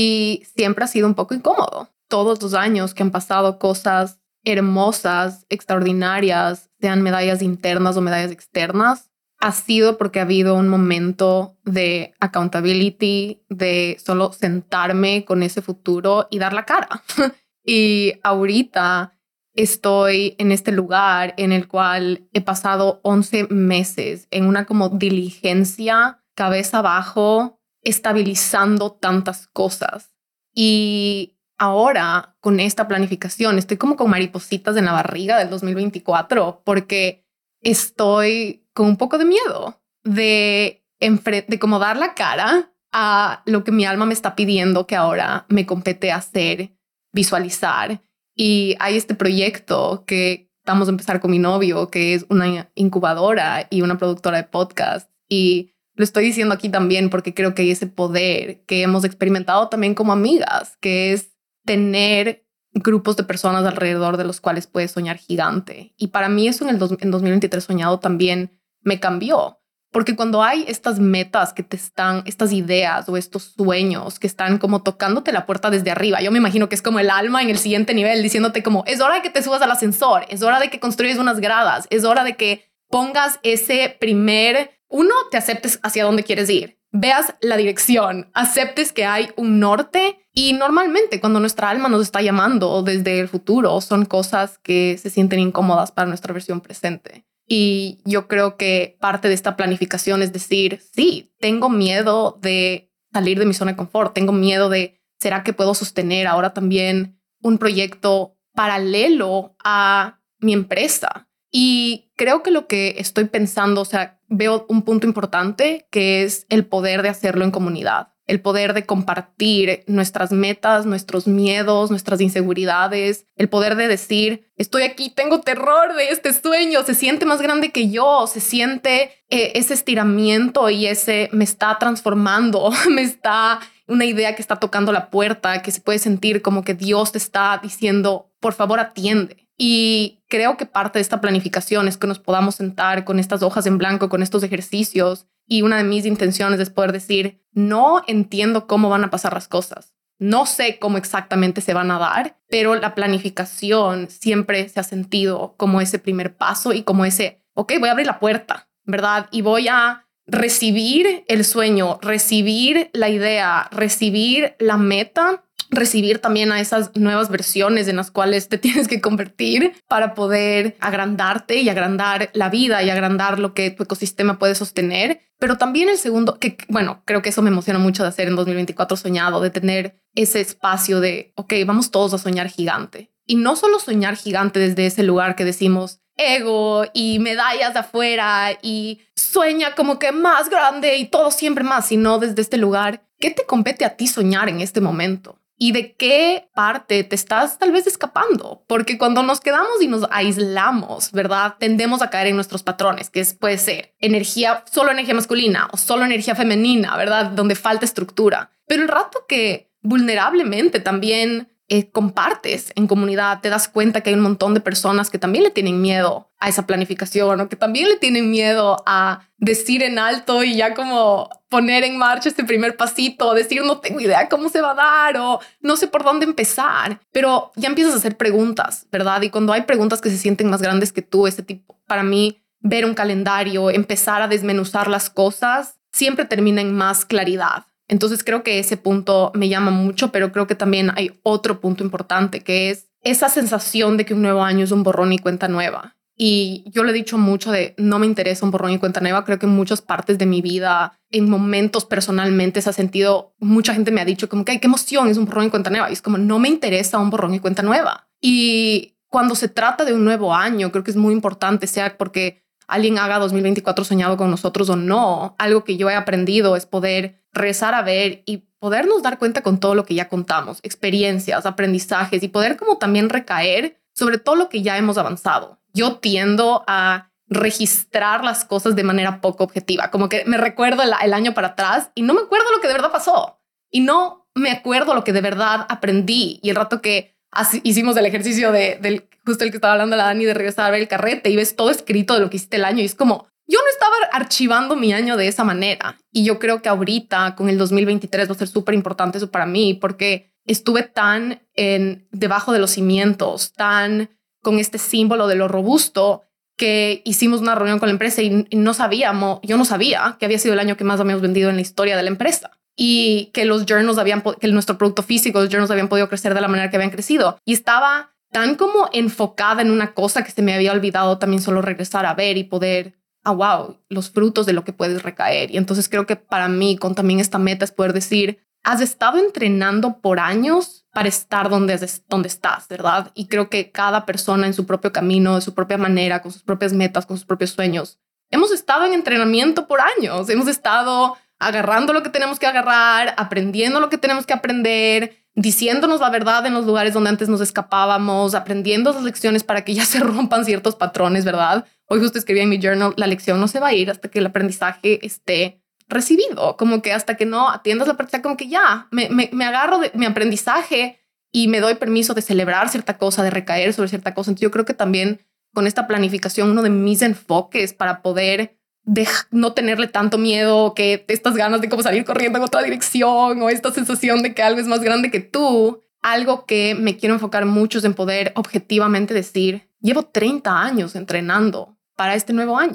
Y siempre ha sido un poco incómodo. Todos los años que han pasado cosas hermosas, extraordinarias, sean medallas internas o medallas externas, ha sido porque ha habido un momento de accountability, de solo sentarme con ese futuro y dar la cara. Y ahorita estoy en este lugar en el cual he pasado once meses en una como diligencia, cabeza abajo, estabilizando tantas cosas. Y ahora, con esta planificación, estoy como con maripositas en la barriga del dos mil veinticuatro porque estoy con un poco de miedo de, de como dar la cara a lo que mi alma me está pidiendo que ahora me compete hacer, visualizar. Y hay este proyecto que vamos a empezar con mi novio, que es una incubadora y una productora de podcast. Y lo estoy diciendo aquí también porque creo que hay ese poder que hemos experimentado también como amigas, que es tener grupos de personas alrededor de los cuales puedes soñar gigante. Y para mí eso en el dos, en dos mil veintitrés soñado también me cambió. Porque cuando hay estas metas que te están, estas ideas o estos sueños que están como tocándote la puerta desde arriba, yo me imagino que es como el alma en el siguiente nivel diciéndote como es hora de que te subas al ascensor, es hora de que construyas unas gradas, es hora de que pongas ese primer, uno, te aceptes hacia dónde quieres ir. veas la dirección, aceptes que hay un norte. Y normalmente cuando nuestra alma nos está llamando desde el futuro, son cosas que se sienten incómodas para nuestra versión presente. Y yo creo que parte de esta planificación es decir, sí, tengo miedo de salir de mi zona de confort, tengo miedo de, ¿será que puedo sostener ahora también un proyecto paralelo a mi empresa? Y creo que lo que estoy pensando, o sea, veo un punto importante que es el poder de hacerlo en comunidad, el poder de compartir nuestras metas, nuestros miedos, nuestras inseguridades, el poder de decir, estoy aquí, tengo terror de este sueño, se siente más grande que yo, se siente eh, ese estiramiento y ese me está transformando, me está una idea que está tocando la puerta, que se puede sentir como que Dios te está diciendo, por favor, atiende. Y creo que parte de esta planificación es que nos podamos sentar con estas hojas en blanco, con estos ejercicios. Y una de mis intenciones es poder decir, no entiendo cómo van a pasar las cosas. No sé cómo exactamente se van a dar, pero la planificación siempre se ha sentido como ese primer paso y como ese, ok, voy a abrir la puerta, ¿verdad? Y voy a recibir el sueño, recibir la idea, recibir la meta, recibir también a esas nuevas versiones en las cuales te tienes que convertir para poder agrandarte y agrandar la vida y agrandar lo que tu ecosistema puede sostener. Pero también el segundo, que bueno, creo que eso me emociona mucho de hacer en dos mil veinticuatro soñado, de tener ese espacio de, ok, vamos todos a soñar gigante. Y no solo soñar gigante desde ese lugar que decimos ego y medallas de afuera y sueña como que más grande y todo siempre más, sino desde este lugar, ¿qué te compete a ti soñar en este momento? ¿Y de qué parte te estás tal vez escapando? Porque cuando nos quedamos y nos aislamos, ¿verdad? Tendemos a caer en nuestros patrones, que es, puede ser energía, solo energía masculina o solo energía femenina, ¿verdad? Donde falta estructura. Pero el rato que vulnerablemente también eh, compartes en comunidad, te das cuenta que hay un montón de personas que también le tienen miedo a esa planificación o que también le tienen miedo a decir en alto y ya como poner en marcha este primer pasito, decir no tengo idea cómo se va a dar o no sé por dónde empezar, pero ya empiezas a hacer preguntas, ¿verdad? Y cuando hay preguntas que se sienten más grandes que tú, ese tipo, para mí, ver un calendario, empezar a desmenuzar las cosas, siempre termina en más claridad. Entonces creo que ese punto me llama mucho, pero creo que también hay otro punto importante que es esa sensación de que un nuevo año es un borrón y cuenta nueva. Y yo le he dicho mucho de no me interesa un borrón y cuenta nueva. Creo que en muchas partes de mi vida, en momentos personalmente se ha sentido, mucha gente me ha dicho como que ay, qué emoción es un borrón y cuenta nueva. Y es como no me interesa un borrón y cuenta nueva. Y cuando se trata de un nuevo año, creo que es muy importante, sea porque alguien haga dos mil veinticuatro soñado con nosotros o no. Algo que yo he aprendido es poder regresar a ver y podernos dar cuenta con todo lo que ya contamos, experiencias, aprendizajes y poder como también recaer sobre todo lo que ya hemos avanzado. Yo tiendo a registrar las cosas de manera poco objetiva, como que me recuerdo el, el año para atrás y no me acuerdo lo que de verdad pasó y no me acuerdo lo que de verdad aprendí. Y el rato que así, hicimos el ejercicio de, del justo el que estaba hablando la Dani, de regresar a ver el carrete y ves todo escrito de lo que hiciste el año y es como yo no estaba archivando mi año de esa manera. Y yo creo que ahorita con el dos mil veintitrés va a ser súper importante eso para mí porque estuve tan en, debajo de los cimientos, tan con este símbolo de lo robusto, que hicimos una reunión con la empresa y, y no sabíamos, yo no sabía que había sido el año que más habíamos vendido en la historia de la empresa y que los journals habían, que nuestro producto físico, los journals habían podido crecer de la manera que habían crecido. Y estaba tan como enfocada en una cosa que se me había olvidado también solo regresar a ver y poder, ah, wow, los frutos de lo que puedes recaer. Y entonces creo que para mí con también esta meta es poder decir, has estado entrenando por años para estar donde, donde estás, ¿verdad? Y creo que cada persona en su propio camino, de su propia manera, con sus propias metas, con sus propios sueños, hemos estado en entrenamiento por años. Hemos estado agarrando lo que tenemos que agarrar, aprendiendo lo que tenemos que aprender, diciéndonos la verdad en los lugares donde antes nos escapábamos, aprendiendo las lecciones para que ya se rompan ciertos patrones, ¿verdad? Hoy justo escribí en mi journal, la lección no se va a ir hasta que el aprendizaje esté recibido, como que hasta que no atiendas la práctica, como que ya me, me, me agarro de mi aprendizaje y me doy permiso de celebrar cierta cosa, de recaer sobre cierta cosa. Entonces yo creo que también con esta planificación, uno de mis enfoques para poder de no tenerle tanto miedo, que estas ganas de como salir corriendo en otra dirección o esta sensación de que algo es más grande que tú, algo que me quiero enfocar mucho es en poder objetivamente decir, llevo treinta años entrenando para este nuevo año.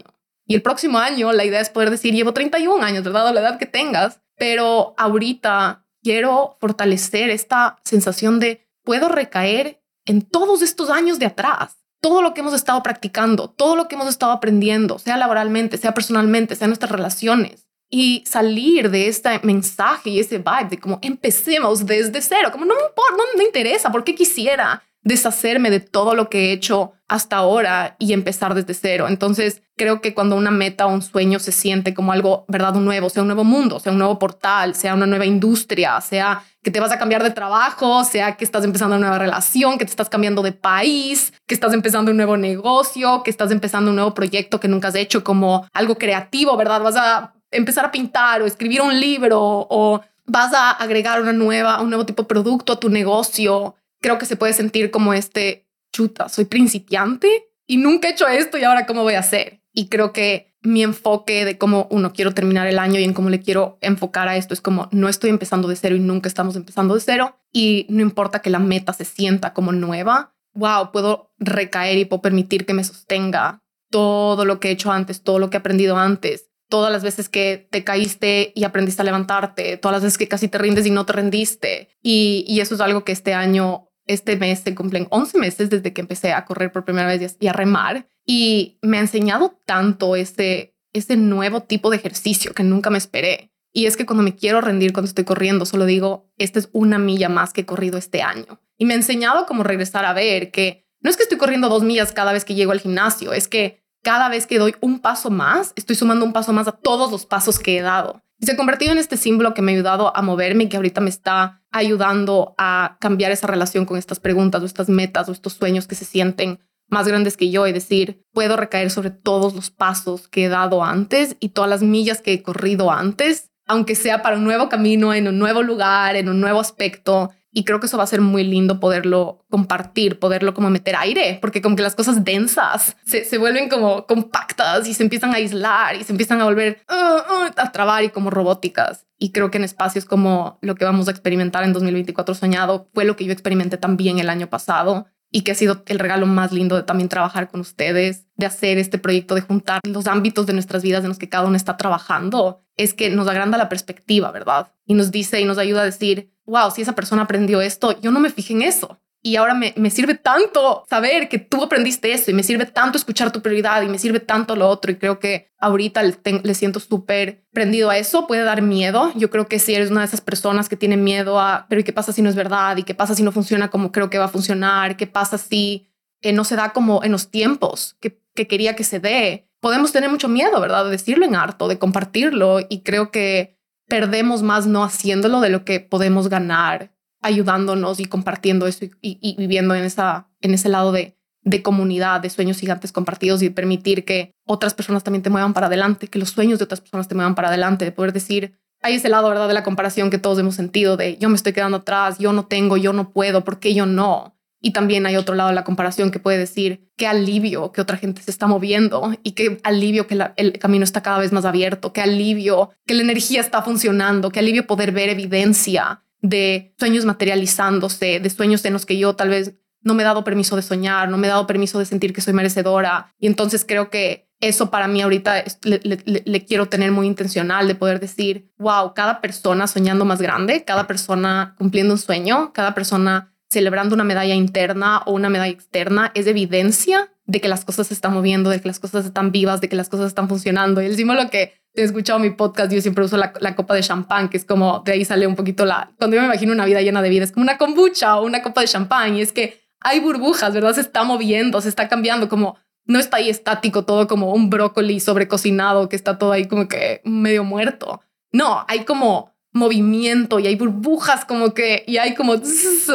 Y el próximo año la idea es poder decir, llevo treinta y un años, ¿verdad? O la edad que tengas. Pero ahorita quiero fortalecer esta sensación de puedo recaer en todos estos años de atrás. Todo lo que hemos estado practicando, todo lo que hemos estado aprendiendo, sea laboralmente, sea personalmente, sea en nuestras relaciones. Y salir de este mensaje y ese vibe de como empecemos desde cero. Como no me importa, no me interesa, porque quisiera deshacerme de todo lo que he hecho hasta ahora y empezar desde cero. Entonces creo que cuando una meta o un sueño se siente como algo, ¿verdad? Un nuevo, sea un nuevo mundo, sea un nuevo portal, sea una nueva industria, sea que te vas a cambiar de trabajo, sea que estás empezando una nueva relación, que te estás cambiando de país, que estás empezando un nuevo negocio, que estás empezando un nuevo proyecto que nunca has hecho, como algo creativo, ¿verdad? Vas a empezar a pintar o escribir un libro o vas a agregar una nueva, un nuevo tipo de producto a tu negocio. Creo que se puede sentir como este, chuta, soy principiante y nunca he hecho esto y ahora cómo voy a hacer. Y creo que mi enfoque de cómo uno quiero terminar el año y en cómo le quiero enfocar a esto es como no estoy empezando de cero y nunca estamos empezando de cero. Y no importa que la meta se sienta como nueva. Wow, puedo recaer y puedo permitir que me sostenga todo lo que he hecho antes, todo lo que he aprendido antes. Todas las veces que te caíste y aprendiste a levantarte, todas las veces que casi te rindes y no te rendiste. Y, y eso es algo que este año, este mes se cumplen once meses desde que empecé a correr por primera vez y a remar. Y me ha enseñado tanto este, este nuevo tipo de ejercicio que nunca me esperé. Y es que cuando me quiero rendir cuando estoy corriendo, solo digo, esta es una milla más que he corrido este año. Y me ha enseñado cómo regresar a ver que no es que estoy corriendo dos millas cada vez que llego al gimnasio, es que cada vez que doy un paso más, estoy sumando un paso más a todos los pasos que he dado. Y se ha convertido en este símbolo que me ha ayudado a moverme y que ahorita me está ayudando a cambiar esa relación con estas preguntas o estas metas o estos sueños que se sienten más grandes que yo y decir, puedo recaer sobre todos los pasos que he dado antes y todas las millas que he corrido antes, aunque sea para un nuevo camino, en un nuevo lugar, en un nuevo aspecto. Y creo que eso va a ser muy lindo poderlo compartir, poderlo como meter aire, porque como que las cosas densas se, se vuelven como compactas y se empiezan a aislar y se empiezan a volver uh, uh, a trabar y como robóticas. Y creo que en espacios como lo que vamos a experimentar en dos mil veinticuatro soñado fue lo que yo experimenté también el año pasado y que ha sido el regalo más lindo de también trabajar con ustedes, de hacer este proyecto, de juntar los ámbitos de nuestras vidas en los que cada uno está trabajando. Es que nos agranda la perspectiva, ¿verdad? Y nos dice y nos ayuda a decir, wow, si esa persona aprendió esto, yo no me fijé en eso. Y ahora me, me sirve tanto saber que tú aprendiste eso y me sirve tanto escuchar tu prioridad y me sirve tanto lo otro. Y creo que ahorita le, ten, le siento súper prendido a eso. Puede dar miedo. Yo creo que si eres una de esas personas que tiene miedo a, pero ¿y qué pasa si no es verdad? ¿Y qué pasa si no funciona como creo que va a funcionar? ¿Qué pasa si eh, no se da como en los tiempos que, que quería que se dé? Podemos tener mucho miedo, ¿verdad? De decirlo en harto, de compartirlo. Y creo que perdemos más no haciéndolo de lo que podemos ganar ayudándonos y compartiendo eso y, y, y viviendo en, esa, en ese lado de, de comunidad, de sueños gigantes compartidos y de permitir que otras personas también te muevan para adelante, que los sueños de otras personas te muevan para adelante, de poder decir, hay ese lado, ¿verdad?, de la comparación que todos hemos sentido de yo me estoy quedando atrás, yo no tengo, yo no puedo, ¿por qué yo no? Y también hay otro lado de la comparación que puede decir qué alivio que otra gente se está moviendo y qué alivio que la, el camino está cada vez más abierto, qué alivio que la energía está funcionando, qué alivio poder ver evidencia de sueños materializándose, de sueños en los que yo tal vez no me he dado permiso de soñar, no me he dado permiso de sentir que soy merecedora. Y entonces creo que eso para mí ahorita es, le, le, le quiero tener muy intencional de poder decir, wow, cada persona soñando más grande, cada persona cumpliendo un sueño, cada persona celebrando una medalla interna o una medalla externa es evidencia de que las cosas se están moviendo, de que las cosas están vivas, de que las cosas están funcionando. Y el símbolo que he escuchado mi podcast, yo siempre uso la, la copa de champán, que es como, de ahí sale un poquito la, cuando yo me imagino una vida llena de vida, es como una kombucha o una copa de champán. Y es que hay burbujas, ¿verdad? Se está moviendo, se está cambiando, como no está ahí estático todo como un brócoli sobrecocinado que está todo ahí como que medio muerto. No, hay como movimiento y hay burbujas como que, y hay como...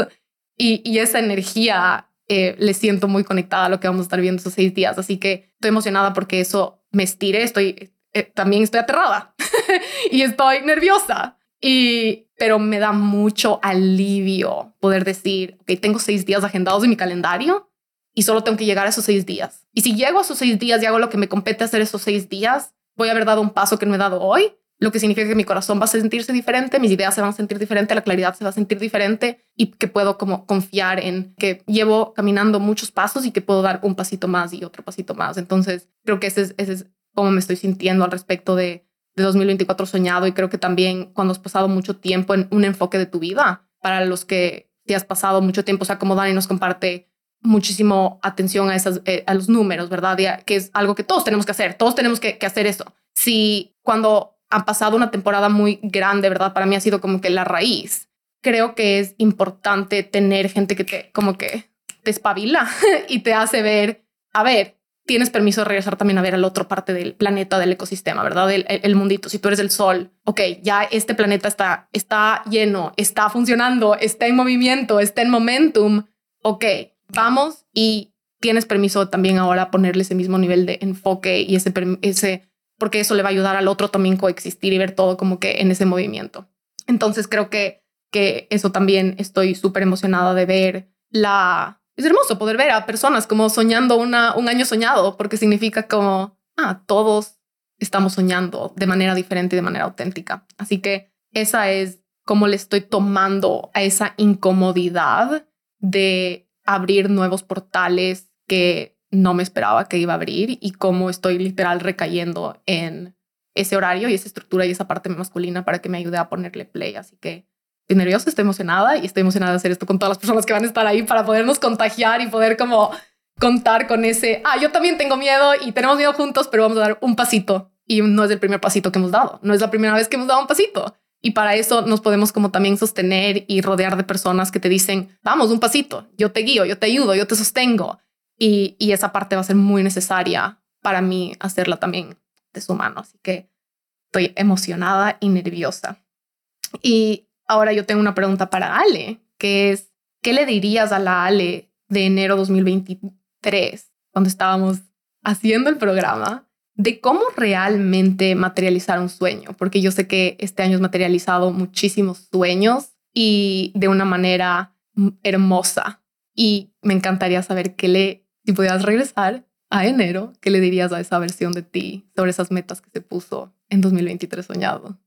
Y, y esa energía eh, le siento muy conectada a lo que vamos a estar viendo esos seis días. Así que estoy emocionada porque eso me estire. Estoy, eh, también estoy aterrada y estoy nerviosa. Y, pero me da mucho alivio poder decir, ok, tengo seis días agendados en mi calendario y solo tengo que llegar a esos seis días. Y si llego a esos seis días y hago lo que me compete hacer esos seis días, voy a haber dado un paso que no he dado hoy, lo que significa que mi corazón va a sentirse diferente, mis ideas se van a sentir diferente, la claridad se va a sentir diferente y que puedo como confiar en que llevo caminando muchos pasos y que puedo dar un pasito más y otro pasito más. Entonces creo que ese es, ese es cómo me estoy sintiendo al respecto de, de dos mil veinticuatro soñado. Y creo que también cuando has pasado mucho tiempo en un enfoque de tu vida, para los que te has pasado mucho tiempo, o sea, como Dani nos comparte muchísimo atención a, esas, eh, a los números, ¿verdad? Y a, que es algo que todos tenemos que hacer, todos tenemos que, que hacer eso. Si cuando han pasado una temporada muy grande, ¿verdad? Para mí ha sido como que la raíz. Creo que es importante tener gente que te como que te espabila y te hace ver, a ver, tienes permiso de regresar también a ver a la otra parte del planeta, del ecosistema, ¿verdad? El, el, el mundito. Si tú eres el sol, ok, ya este planeta está, está lleno, está funcionando, está en movimiento, está en momentum. Ok, vamos, y tienes permiso también ahora ponerle ese mismo nivel de enfoque y ese, ese, porque eso le va a ayudar al otro también coexistir y ver todo como que en ese movimiento. Entonces creo que, que eso también estoy súper emocionada de ver. La Es hermoso poder ver a personas como soñando una, un año soñado, porque significa como, ah, todos estamos soñando de manera diferente y de manera auténtica. Así que esa es como le estoy tomando a esa incomodidad de abrir nuevos portales que no me esperaba que iba a abrir, y cómo estoy literal recayendo en ese horario y esa estructura y esa parte masculina para que me ayude a ponerle play. Así que estoy nerviosa, estoy emocionada y estoy emocionada de hacer esto con todas las personas que van a estar ahí para podernos contagiar y poder como contar con ese, ah, yo también tengo miedo y tenemos miedo juntos, pero vamos a dar un pasito. Y no es el primer pasito que hemos dado, no es la primera vez que hemos dado un pasito. Y para eso nos podemos como también sostener y rodear de personas que te dicen, vamos, un pasito, yo te guío, yo te ayudo, yo te sostengo. Y, y esa parte va a ser muy necesaria para mí hacerla también de su mano. Así que estoy emocionada y nerviosa. Y ahora yo tengo una pregunta para Ale, que es, ¿qué le dirías a la Ale de enero dos mil veintitrés, cuando estábamos haciendo el programa, de cómo realmente materializar un sueño? Porque yo sé que este año has materializado muchísimos sueños y de una manera hermosa. Y me encantaría saber qué le, si pudieras regresar a enero, ¿qué le dirías a esa versión de ti sobre esas metas que se puso en dos mil veintitrés soñado?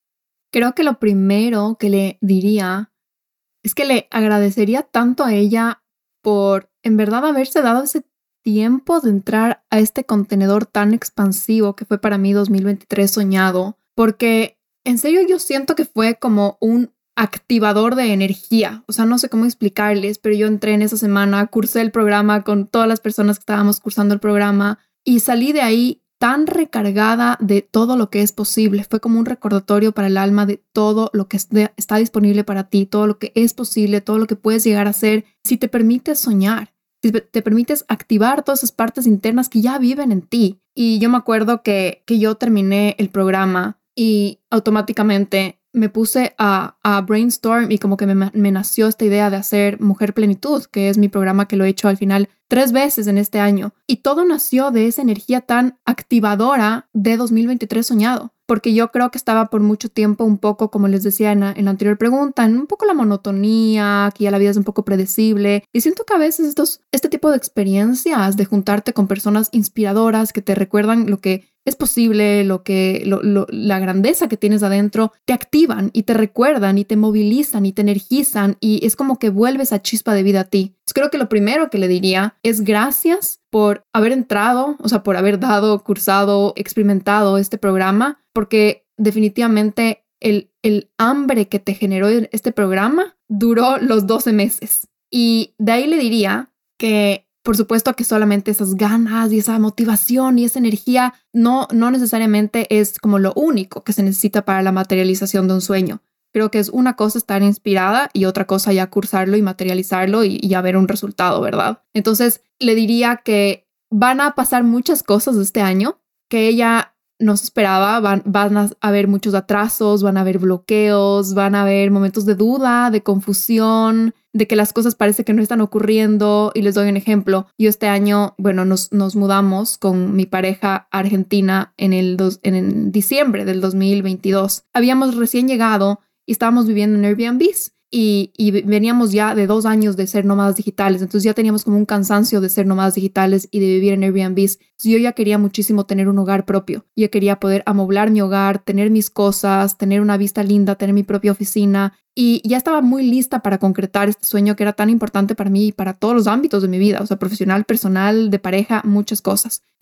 Creo que lo primero que le diría es que le agradecería tanto a ella por en verdad haberse dado ese tiempo de entrar a este contenedor tan expansivo que fue para mí dos mil veintitrés soñado, porque en serio yo siento que fue como un activador de energía. O sea, no sé cómo explicarles, pero yo entré en esa semana, cursé el programa con todas las personas que estábamos cursando el programa y salí de ahí tan recargada de todo lo que es posible. Fue como un recordatorio para el alma de todo lo que está disponible para ti, todo lo que es posible, todo lo que puedes llegar a ser si te permites soñar, si te permites activar todas esas partes internas que ya viven en ti. Y yo me acuerdo que, que yo terminé el programa y automáticamente me puse a, a brainstorm y como que me, me nació esta idea de hacer Mujer Plenitud, que es mi programa que lo he hecho al final tres veces en este año. Y todo nació de esa energía tan activadora de dos mil veintitrés soñado. Porque yo creo que estaba por mucho tiempo un poco, como les decía en la, en la anterior pregunta, en un poco la monotonía, que ya la vida es un poco predecible. Y siento que a veces estos, este tipo de experiencias de juntarte con personas inspiradoras que te recuerdan lo que es posible, lo que, lo, lo, la grandeza que tienes adentro, te activan y te recuerdan y te movilizan y te energizan y es como que vuelve esa chispa de vida a ti. Entonces, creo que lo primero que le diría es gracias por haber entrado, o sea, por haber dado, cursado, experimentado este programa, porque definitivamente el, el hambre que te generó este programa duró los doce meses. Y de ahí le diría que por supuesto que solamente esas ganas y esa motivación y esa energía no, no necesariamente es como lo único que se necesita para la materialización de un sueño. Creo que es una cosa estar inspirada y otra cosa ya cursarlo y materializarlo y, y ya ver un resultado, ¿verdad? Entonces le diría que van a pasar muchas cosas este año que ella no se esperaba. Van, van a haber muchos atrasos, van a haber bloqueos, van a haber momentos de duda, de confusión, de que las cosas parece que no están ocurriendo. Y les doy un ejemplo. Yo este año, bueno, nos, nos mudamos con mi pareja a Argentina en el, dos, en el diciembre del dos mil veintidós. Habíamos recién llegado y estábamos viviendo en Airbnbs. Y, y veníamos ya de dos años de ser nómadas digitales. Entonces ya teníamos como un cansancio de ser nómadas digitales y de vivir en Airbnbs. Entonces yo ya quería muchísimo tener un hogar propio. Yo quería poder amoblar mi hogar, tener mis cosas, tener una vista linda, tener mi propia oficina. Y ya estaba muy lista para concretar este sueño que era tan importante para mí y para todos los ámbitos de mi vida. O sea, profesional, personal, de pareja, muchas cosas. Y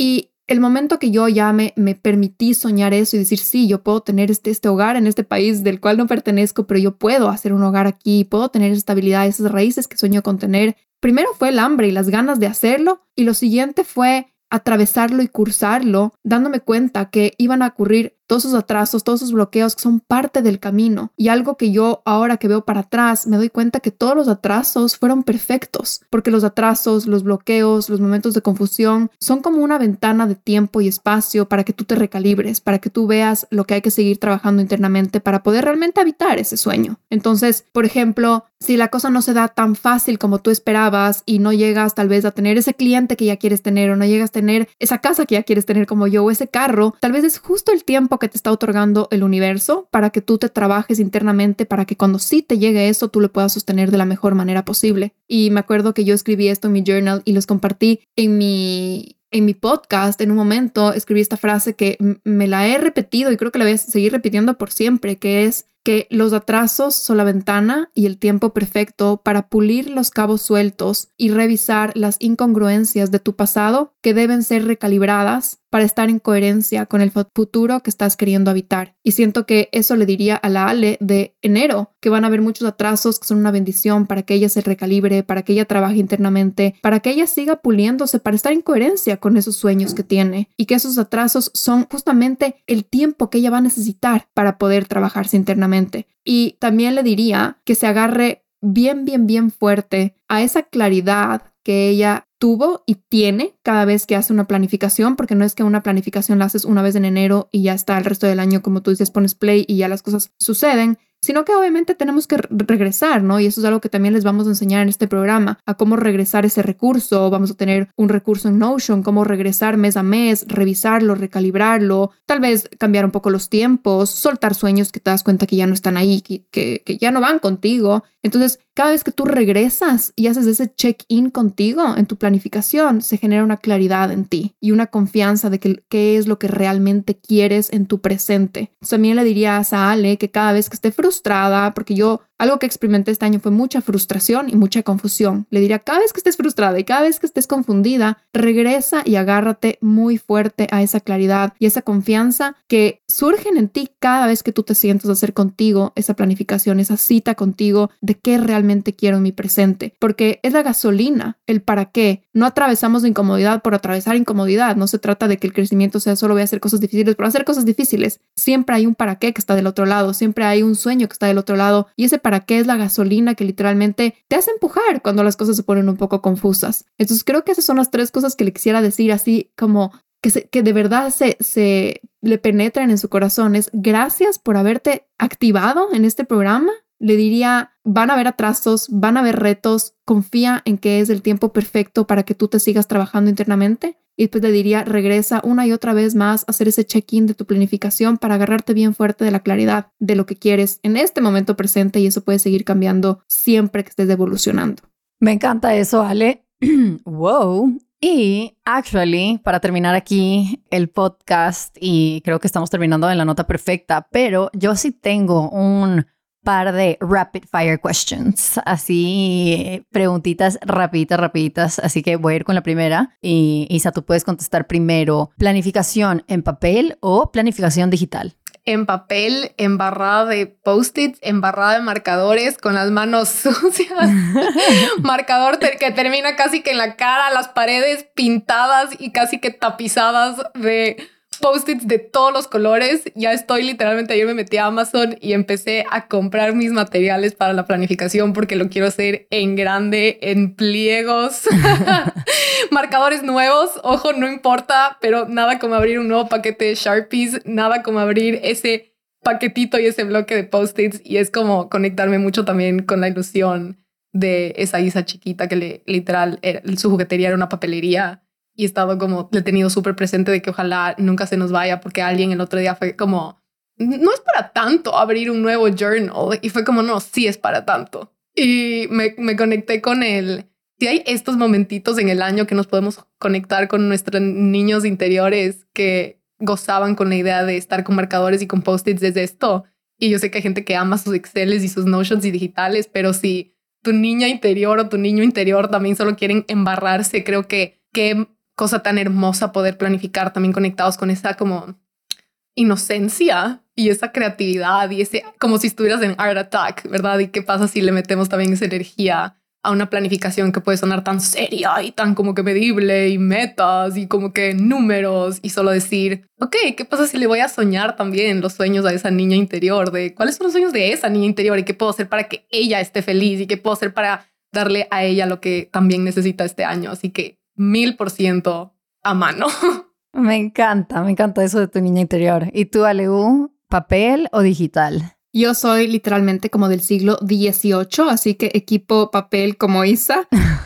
el momento que yo ya me, me permití soñar eso y decir, sí, yo puedo tener este, este hogar en este país del cual no pertenezco, pero yo puedo hacer un hogar aquí, puedo tener estabilidad, esas raíces que sueño con tener. Primero fue el hambre y las ganas de hacerlo, y lo siguiente fue atravesarlo y cursarlo, dándome cuenta que iban a ocurrir todos esos atrasos, todos esos bloqueos que son parte del camino. Y algo que yo ahora que veo para atrás, me doy cuenta que todos los atrasos fueron perfectos, porque los atrasos, los bloqueos, los momentos de confusión son como una ventana de tiempo y espacio para que tú te recalibres, para que tú veas lo que hay que seguir trabajando internamente para poder realmente habitar ese sueño. Entonces, por ejemplo, si la cosa no se da tan fácil como tú esperabas y no llegas tal vez a tener ese cliente que ya quieres tener, o no llegas a tener esa casa que ya quieres tener como yo, o ese carro, tal vez es justo el tiempo que te está otorgando el universo para que tú te trabajes internamente, para que cuando sí te llegue eso, tú lo puedas sostener de la mejor manera posible. Y me acuerdo que yo escribí esto en mi journal y los compartí en mi... En mi podcast, en un momento, escribí esta frase que me la he repetido y creo que la voy a seguir repitiendo por siempre, que es que los atrasos son la ventana y el tiempo perfecto para pulir los cabos sueltos y revisar las incongruencias de tu pasado que deben ser recalibradas para estar en coherencia con el futuro que estás queriendo habitar. Y siento que eso le diría a la Ale de enero, que van a haber muchos atrasos que son una bendición para que ella se recalibre, para que ella trabaje internamente, para que ella siga puliéndose, para estar en coherencia con esos sueños que tiene, y que esos atrasos son justamente el tiempo que ella va a necesitar para poder trabajarse internamente. Y también le diría que se agarre bien, bien, bien fuerte a esa claridad que ella tuvo y tiene cada vez que hace una planificación, porque no es que una planificación la haces una vez en enero y ya está el resto del año, como tú dices, pones play y ya las cosas suceden, sino que obviamente tenemos que regresar, ¿no? Y eso es algo que también les vamos a enseñar en este programa, a cómo regresar ese recurso. Vamos a tener un recurso en Notion, cómo regresar mes a mes, revisarlo, recalibrarlo, tal vez cambiar un poco los tiempos, soltar sueños que te das cuenta que ya no están ahí, que, que, que ya no van contigo. Entonces, cada vez que tú regresas y haces ese check-in contigo en tu planificación, se genera una claridad en ti y una confianza de que, qué es lo que realmente quieres en tu presente. También le dirías a Ale que cada vez que esté frustrada, porque yo algo que experimenté este año fue mucha frustración y mucha confusión. Le diría, cada vez que estés frustrada y cada vez que estés confundida, regresa y agárrate muy fuerte a esa claridad y esa confianza que surgen en ti cada vez que tú te sientas a hacer contigo esa planificación, esa cita contigo de qué realmente quiero en mi presente. Porque es la gasolina, el para qué. No atravesamos la incomodidad por atravesar incomodidad. No se trata de que el crecimiento sea solo voy a hacer cosas difíciles por hacer cosas difíciles. Siempre hay un para qué que está del otro lado. Siempre hay un sueño que está del otro lado. Y ese para qué es la gasolina que literalmente te hace empujar cuando las cosas se ponen un poco confusas. Entonces creo que esas son las tres cosas que le quisiera decir así como que, se, que de verdad se, se le penetran en su corazón. Es gracias por haberte activado en este programa. Le diría, van a haber atrasos, van a haber retos, confía en que es el tiempo perfecto para que tú te sigas trabajando internamente. Y después le diría, regresa una y otra vez más a hacer ese check-in de tu planificación para agarrarte bien fuerte de la claridad de lo que quieres en este momento presente, y eso puede seguir cambiando siempre que estés evolucionando. Me encanta eso, Ale. Wow. Y actually, para terminar aquí el podcast, y creo que estamos terminando en la nota perfecta, pero yo sí tengo un par de rapid fire questions, así preguntitas rapiditas, rapiditas, así que voy a ir con la primera. Y Isa, tú puedes contestar primero. ¿Planificación en papel o planificación digital? En papel, embarrada de post-its, embarrada de marcadores, con las manos sucias. Marcador te- que termina casi que en la cara, las paredes pintadas y casi que tapizadas de post-its de todos los colores. Ya estoy literalmente, ayer me metí a Amazon y empecé a comprar mis materiales para la planificación porque lo quiero hacer en grande, en pliegos. Marcadores nuevos, ojo, no importa, pero nada como abrir un nuevo paquete de Sharpies, nada como abrir ese paquetito y ese bloque de post-its, y es como conectarme mucho también con la ilusión de esa Isa chiquita que le, literal era, su juguetería era una papelería. Y he estado como, le he tenido súper presente de que ojalá nunca se nos vaya, porque alguien el otro día fue como, no es para tanto abrir un nuevo journal. Y fue como, no, sí es para tanto. Y me, me conecté con él. Si hay estos momentitos en el año que nos podemos conectar con nuestros niños interiores que gozaban con la idea de estar con marcadores y con post-its desde esto. Y yo sé que hay gente que ama sus Exceles y sus Notions y digitales, pero si tu niña interior o tu niño interior también solo quieren embarrarse, creo que, que cosa tan hermosa poder planificar también conectados con esa como inocencia y esa creatividad y ese como si estuvieras en Art Attack, ¿verdad? ¿Y qué pasa si le metemos también esa energía a una planificación que puede sonar tan seria y tan como que medible y metas y como que números y solo decir, ok, ¿qué pasa si le voy a soñar también los sueños a esa niña interior? De cuáles son los sueños de esa niña interior y qué puedo hacer para que ella esté feliz y qué puedo hacer para darle a ella lo que también necesita este año. Así que mil por ciento a mano. Me encanta, me encanta eso de tu niña interior. ¿Y tú, Aleu, papel o digital? Yo soy literalmente como del siglo dieciocho, así que equipo papel como Isa.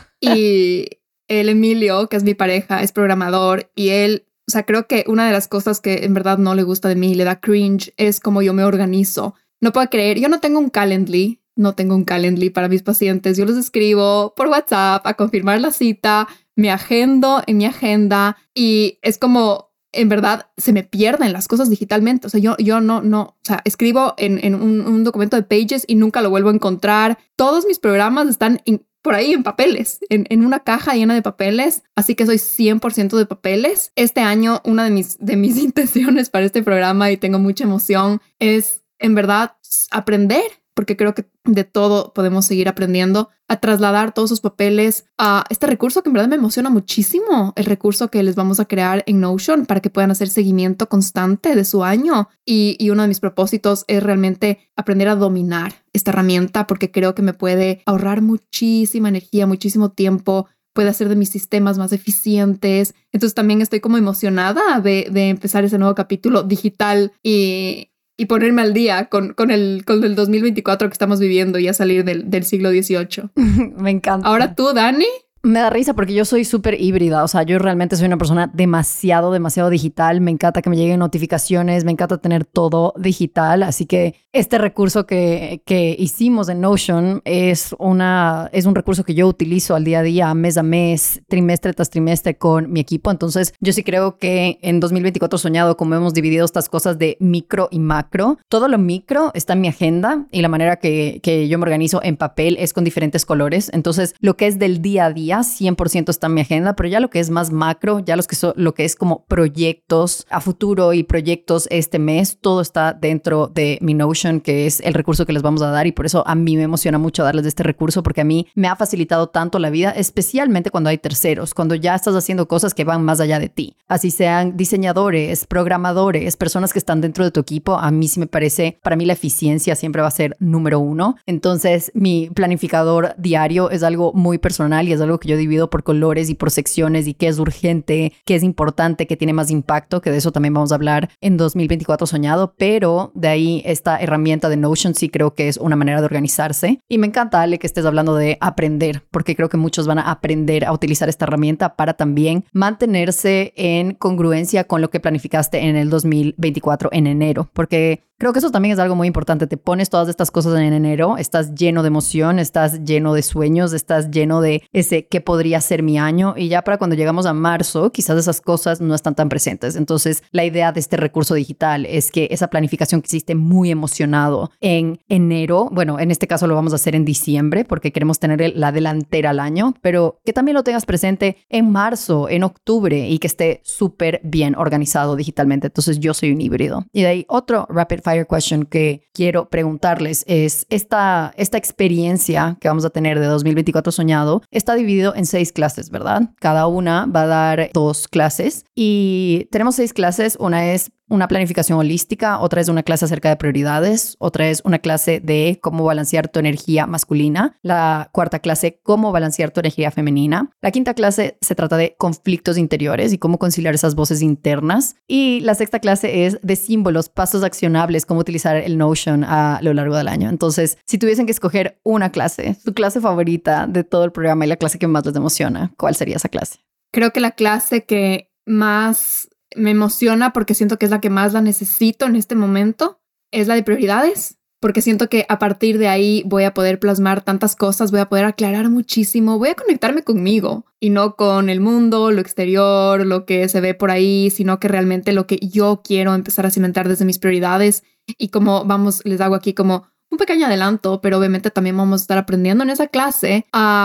Y el Emilio, que es mi pareja, es programador y él, o sea, creo que una de las cosas que en verdad no le gusta de mí y le da cringe es cómo yo me organizo. No puedo creer, yo no tengo un Calendly, no tengo un Calendly para mis pacientes. Yo los escribo por WhatsApp a confirmar la cita, me agendo en mi agenda y es como... en verdad se me pierden las cosas digitalmente. O sea, yo, yo no, no, o sea, escribo en, en un, un documento de Pages y nunca lo vuelvo a encontrar. Todos mis programas están en, por ahí en papeles, en, en una caja llena de papeles. Así que soy cien por ciento de papeles. Este año, una de mis, de mis intenciones para este programa, y tengo mucha emoción, es en verdad aprender, porque creo que de todo podemos seguir aprendiendo, a trasladar todos sus papeles a este recurso que en verdad me emociona muchísimo, el recurso que les vamos a crear en Notion para que puedan hacer seguimiento constante de su año. Y, y uno de mis propósitos es realmente aprender a dominar esta herramienta porque creo que me puede ahorrar muchísima energía, muchísimo tiempo, puede hacer de mis sistemas más eficientes. Entonces también estoy como emocionada de, de empezar ese nuevo capítulo digital y... y ponerme al día con, con, el, con el dos mil veinticuatro que estamos viviendo y a salir del, del siglo dieciocho. Me encanta. Ahora tú, Dani. Me da risa porque yo soy súper híbrida, o sea, yo realmente soy una persona demasiado, demasiado digital, me encanta que me lleguen notificaciones, me encanta tener todo digital, así que este recurso que, que hicimos en Notion es, una, es un recurso que yo utilizo al día a día, mes a mes, trimestre tras trimestre con mi equipo, entonces yo sí creo que en dos mil veinticuatro soñado, como hemos dividido estas cosas de micro y macro, todo lo micro está en mi agenda y la manera que, que yo me organizo en papel es con diferentes colores, entonces lo que es del día a día cien por ciento está en mi agenda, pero ya lo que es más macro, ya los que son, lo que es como proyectos a futuro y proyectos este mes, todo está dentro de mi Notion, que es el recurso que les vamos a dar y por eso a mí me emociona mucho darles de este recurso porque a mí me ha facilitado tanto la vida, especialmente cuando hay terceros, cuando ya estás haciendo cosas que van más allá de ti, así sean diseñadores, programadores, personas que están dentro de tu equipo. A mí sí me parece, para mí la eficiencia siempre va a ser número uno, entonces mi planificador diario es algo muy personal y es algo que yo divido por colores y por secciones y qué es urgente, qué es importante, qué tiene más impacto, que de eso también vamos a hablar en dos mil veinticuatro soñado, pero de ahí esta herramienta de Notion sí creo que es una manera de organizarse y me encanta, Ale, que estés hablando de aprender, porque creo que muchos van a aprender a utilizar esta herramienta para también mantenerse en congruencia con lo que planificaste en el dos mil veinticuatro en enero, porque creo que eso también es algo muy importante. Te pones todas estas cosas en enero, estás lleno de emoción, estás lleno de sueños, estás lleno de ese qué podría ser mi año y ya para cuando llegamos a marzo, quizás esas cosas no están tan presentes. Entonces, la idea de este recurso digital es que esa planificación que hiciste muy emocionado en enero, bueno, en este caso lo vamos a hacer en diciembre porque queremos tener la delantera al año, pero que también lo tengas presente en marzo, en octubre y que esté súper bien organizado digitalmente. Entonces, yo soy un híbrido. Y de ahí otro rapid fire question que quiero preguntarles es esta, esta experiencia que vamos a tener de dos mil veinticuatro soñado está dividido en seis clases, ¿verdad? Cada una va a dar dos clases y tenemos seis clases. Una es una planificación holística, otra es una clase acerca de prioridades, otra es una clase de cómo balancear tu energía masculina, la cuarta clase, cómo balancear tu energía femenina, la quinta clase se trata de conflictos interiores y cómo conciliar esas voces internas y la sexta clase es de símbolos, pasos accionables, cómo utilizar el Notion a lo largo del año. Entonces, si tuviesen que escoger una clase, su clase favorita de todo el programa y la clase que más les emociona, ¿cuál sería esa clase? Creo que la clase que más me emociona porque siento que es la que más la necesito en este momento es la de prioridades, porque siento que a partir de ahí voy a poder plasmar tantas cosas, voy a poder aclarar muchísimo, voy a conectarme conmigo y no con el mundo, lo exterior, lo que se ve por ahí, sino que realmente lo que yo quiero empezar a cimentar desde mis prioridades. Y como vamos, les hago aquí como un pequeño adelanto, pero obviamente también vamos a estar aprendiendo en esa clase a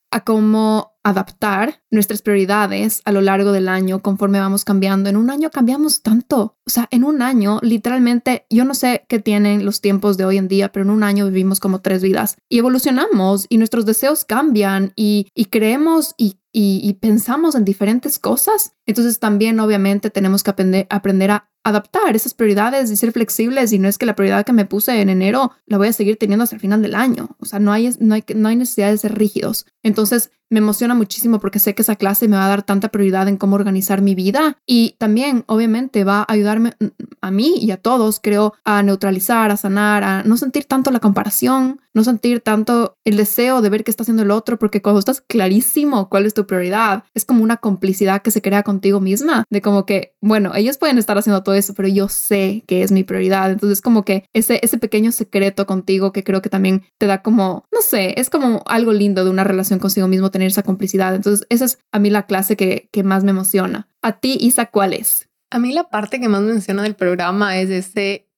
a cómo adaptar nuestras prioridades a lo largo del año conforme vamos cambiando. En un año cambiamos tanto. O sea, en un año, literalmente, yo no sé qué tienen los tiempos de hoy en día, pero en un año vivimos como tres vidas y evolucionamos y nuestros deseos cambian y, y creemos y, y, y pensamos en diferentes cosas. Entonces también obviamente tenemos que aprender, aprender a adaptar esas prioridades y ser flexibles, y no es que la prioridad que me puse en enero la voy a seguir teniendo hasta el final del año. O sea, no hay, no hay, no hay necesidad de ser rígidos. Entonces me emociona muchísimo porque sé que esa clase me va a dar tanta prioridad en cómo organizar mi vida, y también obviamente va a ayudarme a mí y a todos, creo, a neutralizar, a sanar, a no sentir tanto la comparación, no sentir tanto el deseo de ver qué está haciendo el otro, porque cuando estás clarísimo cuál es tu prioridad, es como una complicidad que se crea contigo misma, de como que, bueno, ellos pueden estar haciendo todo eso, pero yo sé que es mi prioridad. Entonces como que ese, ese pequeño secreto contigo que creo que también te da como, no sé, es como algo lindo de una relación consigo mismo, tener esa complicidad. Entonces esa es a mí la clase que, que más me emociona. A ti, Isa, ¿cuál es? A mí la parte que más me menciona del programa es ese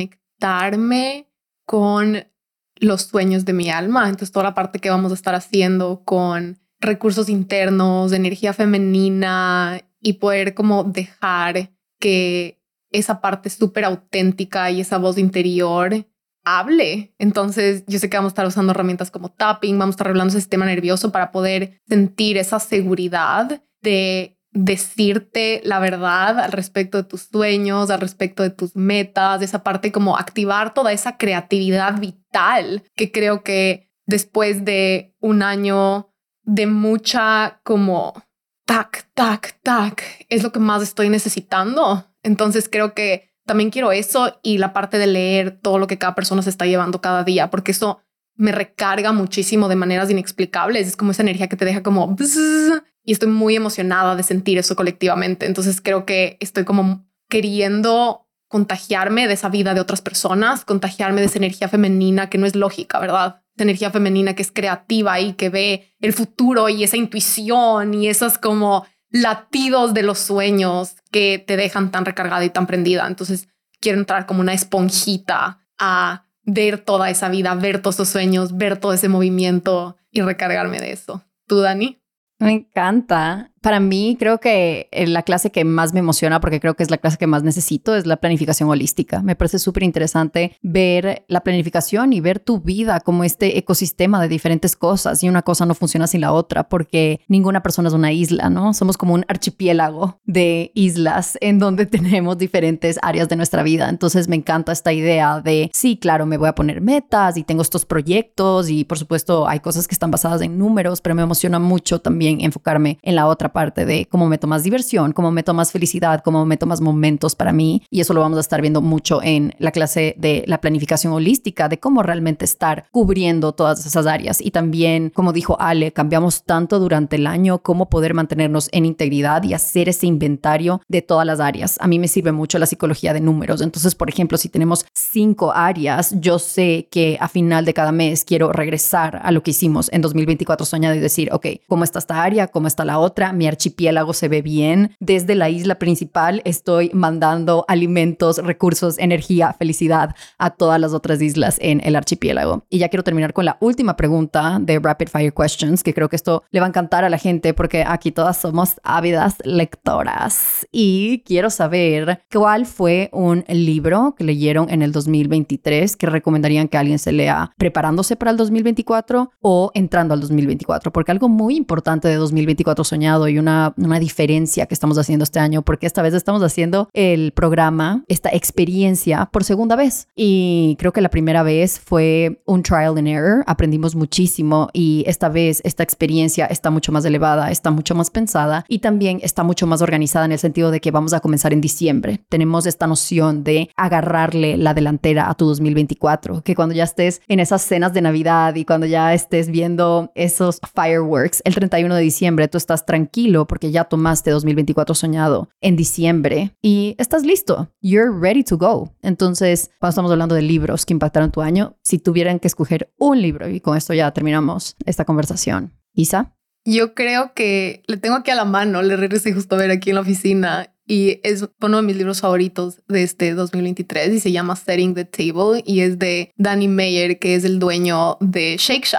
conectarme con los sueños de mi alma. Entonces toda la parte que vamos a estar haciendo con recursos internos, de energía femenina, y poder como dejar que esa parte súper auténtica y esa voz interior hable. Entonces yo sé que vamos a estar usando herramientas como tapping, vamos a estar regulando ese sistema nervioso para poder sentir esa seguridad de decirte la verdad al respecto de tus sueños, al respecto de tus metas, de esa parte como activar toda esa creatividad vital que creo que después de un año de mucha como tac, tac, tac, es lo que más estoy necesitando. Entonces creo que también quiero eso, y la parte de leer todo lo que cada persona se está llevando cada día, porque eso me recarga muchísimo de maneras inexplicables. Es como esa energía que te deja como bzz, y estoy muy emocionada de sentir eso colectivamente. Entonces creo que estoy como queriendo contagiarme de esa vida de otras personas, contagiarme de esa energía femenina que no es lógica, ¿verdad? Esa energía femenina que es creativa y que ve el futuro, y esa intuición y esas como latidos de los sueños que te dejan tan recargada y tan prendida. Entonces quiero entrar como una esponjita a ver toda esa vida, ver todos esos sueños, ver todo ese movimiento y recargarme de eso. ¿Tú, Dani? Me encanta. Para mí, creo que la clase que más me emociona, porque creo que es la clase que más necesito, es la planificación holística. Me parece súper interesante ver la planificación y ver tu vida como este ecosistema de diferentes cosas, y una cosa no funciona sin la otra, porque ninguna persona es una isla, ¿no? Somos como un archipiélago de islas en donde tenemos diferentes áreas de nuestra vida. Entonces me encanta esta idea de, sí, claro, me voy a poner metas y tengo estos proyectos, y por supuesto hay cosas que están basadas en números, pero me emociona mucho también enfocarme en la otra parte de cómo meto más diversión, cómo meto más felicidad, cómo meto más momentos para mí. Y eso lo vamos a estar viendo mucho en la clase de la planificación holística, de cómo realmente estar cubriendo todas esas áreas. Y también, como dijo Ale, cambiamos tanto durante el año, cómo poder mantenernos en integridad y hacer ese inventario de todas las áreas. A mí me sirve mucho la psicología de números. Entonces, por ejemplo, si tenemos cinco áreas, yo sé que a final de cada mes quiero regresar a lo que hicimos en dos mil veinticuatro soñado y decir, ok, ¿cómo está esta área? ¿Cómo está la otra? Mi archipiélago se ve bien. Desde la isla principal estoy mandando alimentos, recursos, energía, felicidad a todas las otras islas en el archipiélago. Y ya quiero terminar con la última pregunta de Rapid Fire Questions, que creo que esto le va a encantar a la gente porque aquí todas somos ávidas lectoras. Y quiero saber cuál fue un libro que leyeron en el dos mil veintitrés que recomendarían que alguien se lea preparándose para el dos mil veinticuatro o entrando al dos mil veinticuatro, porque algo muy importante de dos mil veinticuatro soñado y una, una diferencia que estamos haciendo este año, porque esta vez estamos haciendo el programa, esta experiencia por segunda vez, y creo que la primera vez fue un trial and error, aprendimos muchísimo, y esta vez esta experiencia está mucho más elevada, está mucho más pensada y también está mucho más organizada en el sentido de que vamos a comenzar en diciembre. Tenemos esta noción de agarrarle la delantera a tu dos mil veinticuatro, que cuando ya estés en esas cenas de Navidad y cuando ya estés viendo esos fireworks el treinta y uno de diciembre, tú estás tranquilo porque ya tomaste dos mil veinticuatro soñado en diciembre y estás listo. You're ready to go. Entonces, cuando estamos hablando de libros que impactaron tu año, si tuvieran que escoger un libro, y con esto ya terminamos esta conversación. Isa. Yo creo que le tengo aquí a la mano, le regresé justo a ver aquí en la oficina, y es uno de mis libros favoritos de este dos mil veintitrés y se llama Setting the Table, y es de Danny Meyer, que es el dueño de Shake Shack.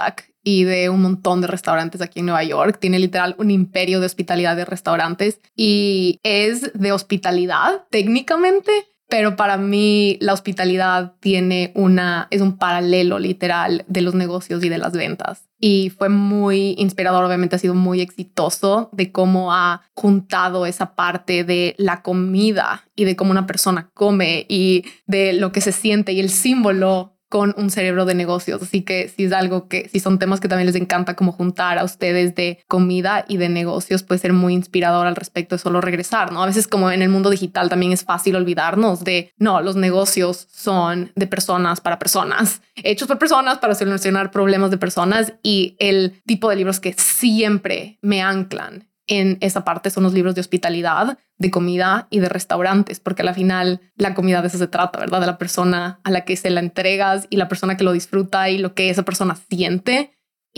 y de un montón de restaurantes aquí en Nueva York. Tiene literal un imperio de hospitalidad de restaurantes y es de hospitalidad técnicamente, pero para mí la hospitalidad tiene una, es un paralelo literal de los negocios y de las ventas. Y fue muy inspirador, obviamente ha sido muy exitoso de cómo ha juntado esa parte de la comida y de cómo una persona come y de lo que se siente y el símbolo con un cerebro de negocios. Así que si es algo que, si son temas que también les encanta como juntar a ustedes de comida y de negocios, puede ser muy inspirador al respecto de solo regresar, ¿no? A veces como en el mundo digital también es fácil olvidarnos de, no, los negocios son de personas para personas, hechos por personas para solucionar problemas de personas, y el tipo de libros que siempre me anclan en esa parte son los libros de hospitalidad, de comida y de restaurantes, porque al final la comida de eso se trata, ¿verdad? De la persona a la que se la entregas y la persona que lo disfruta y lo que esa persona siente.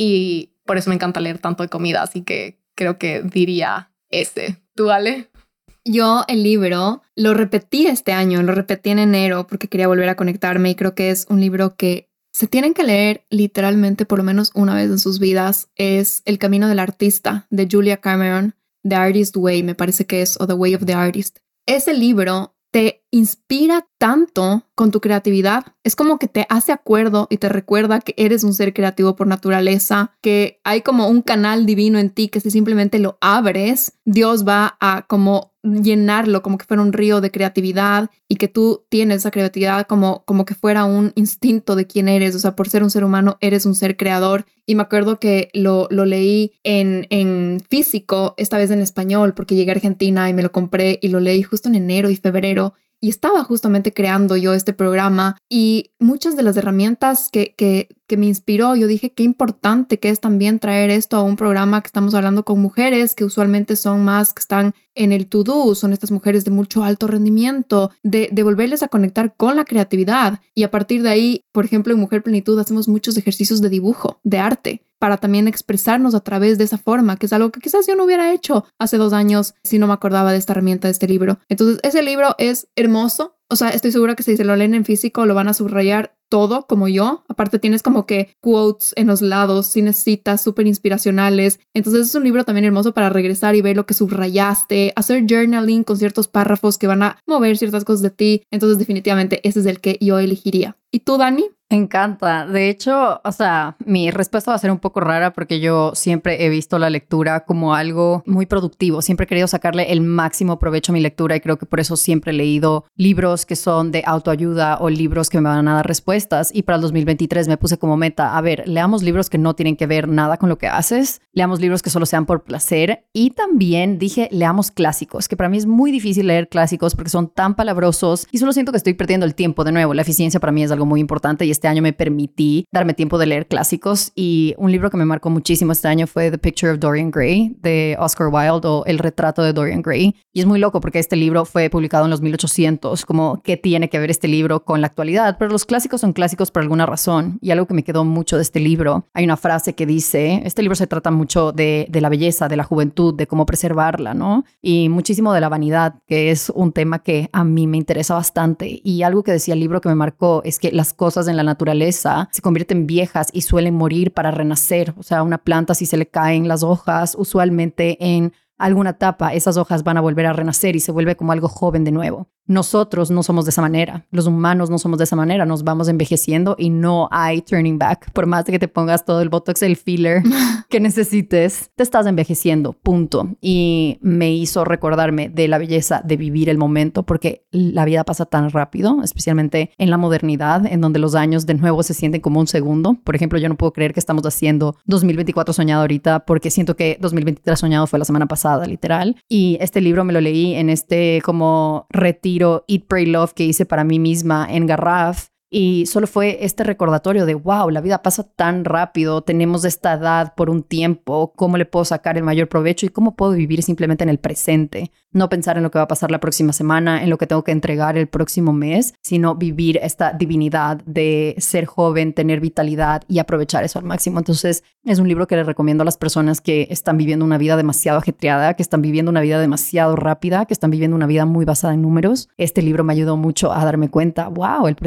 Y por eso me encanta leer tanto de comida, así que creo que diría ese. ¿Tú, Ale? Yo el libro lo repetí este año, lo repetí en enero porque quería volver a conectarme y creo que es un libro que se tienen que leer literalmente por lo menos una vez en sus vidas. Es El camino del artista de Julia Cameron, The Artist Way, me parece que es, o The Way of the Artist. Ese libro te inspira tanto con tu creatividad. Es como que te hace acuerdo y te recuerda que eres un ser creativo por naturaleza, que hay como un canal divino en ti que si simplemente lo abres, Dios va a como llenarlo como que fuera un río de creatividad y que tú tienes esa creatividad como, como que fuera un instinto de quién eres. O sea, por ser un ser humano, eres un ser creador. Y me acuerdo que lo, lo leí en, en físico, esta vez en español, porque llegué a Argentina y me lo compré y lo leí justo en enero y febrero. Y estaba justamente creando yo este programa y muchas de las herramientas que, que, que me inspiró, yo dije qué importante que es también traer esto a un programa que estamos hablando con mujeres que usualmente son más que están en el to-do, son estas mujeres de mucho alto rendimiento, de, de volverles a conectar con la creatividad. Y a partir de ahí, por ejemplo, en Mujer Plenitud hacemos muchos ejercicios de dibujo, de arte, para también expresarnos a través de esa forma, que es algo que quizás yo no hubiera hecho hace dos años si no me acordaba de esta herramienta de este libro. Entonces, ese libro es hermoso. O sea, estoy segura que si se lo leen en físico lo van a subrayar todo como yo. Aparte tienes como que quotes en los lados, tienes citas súper inspiracionales. Entonces es un libro también hermoso para regresar y ver lo que subrayaste, hacer journaling con ciertos párrafos que van a mover ciertas cosas de ti. Entonces definitivamente ese es el que yo elegiría. ¿Y tú, Dani? Me encanta. De hecho, o sea, mi respuesta va a ser un poco rara porque yo siempre he visto la lectura como algo muy productivo. Siempre he querido sacarle el máximo provecho a mi lectura y creo que por eso siempre he leído libros que son de autoayuda o libros que me van a dar respuestas. Y para el dos mil veintitrés me puse como meta, a ver, leamos libros que no tienen que ver nada con lo que haces, leamos libros que solo sean por placer y también dije, leamos clásicos, que para mí es muy difícil leer clásicos porque son tan palabrosos y solo siento que estoy perdiendo el tiempo. De nuevo, la eficiencia para mí es algo muy importante y este año me permití darme tiempo de leer clásicos y un libro que me marcó muchísimo este año fue The Picture of Dorian Gray de Oscar Wilde o El retrato de Dorian Gray. Y es muy loco porque este libro fue publicado en los mil ochocientos, como qué tiene que ver este libro con la actualidad, pero los clásicos son clásicos por alguna razón y algo que me quedó mucho de este libro, hay una frase que dice, este libro se trata mucho de, de la belleza, de la juventud, de cómo preservarla, ¿no? Y muchísimo de la vanidad, que es un tema que a mí me interesa bastante y algo que decía el libro que me marcó es que las cosas en la naturaleza se convierten viejas y suelen morir para renacer. O sea, una planta si se le caen las hojas, usualmente en alguna etapa esas hojas van a volver a renacer y se vuelve como algo joven de nuevo. Nosotros no somos de esa manera, los humanos no somos de esa manera, nos vamos envejeciendo y no hay turning back. Por más de que te pongas todo el botox, el filler que necesites, te estás envejeciendo, punto. Y me hizo recordarme de la belleza de vivir el momento porque la vida pasa tan rápido, especialmente en la modernidad, en donde los años de nuevo se sienten como un segundo. Por ejemplo, yo no puedo creer que estamos haciendo dos mil veinticuatro soñado ahorita porque siento que dos mil veintitrés soñado fue la semana pasada, literal. Y este libro me lo leí en este como retiro Eat, Pray, Love que hice para mí misma en Garraf. Y solo fue este recordatorio de, wow, la vida pasa tan rápido, tenemos esta edad por un tiempo, ¿cómo le puedo sacar el mayor provecho y cómo puedo vivir simplemente en el presente? No pensar en lo que va a pasar la próxima semana, en lo que tengo que entregar el próximo mes, sino vivir esta divinidad de ser joven, tener vitalidad y aprovechar eso al máximo. Entonces, es un libro que le recomiendo a las personas que están viviendo una vida demasiado ajetreada, que están viviendo una vida demasiado rápida, que están viviendo una vida muy basada en números. Este libro me ayudó mucho a darme cuenta, wow, el presente es un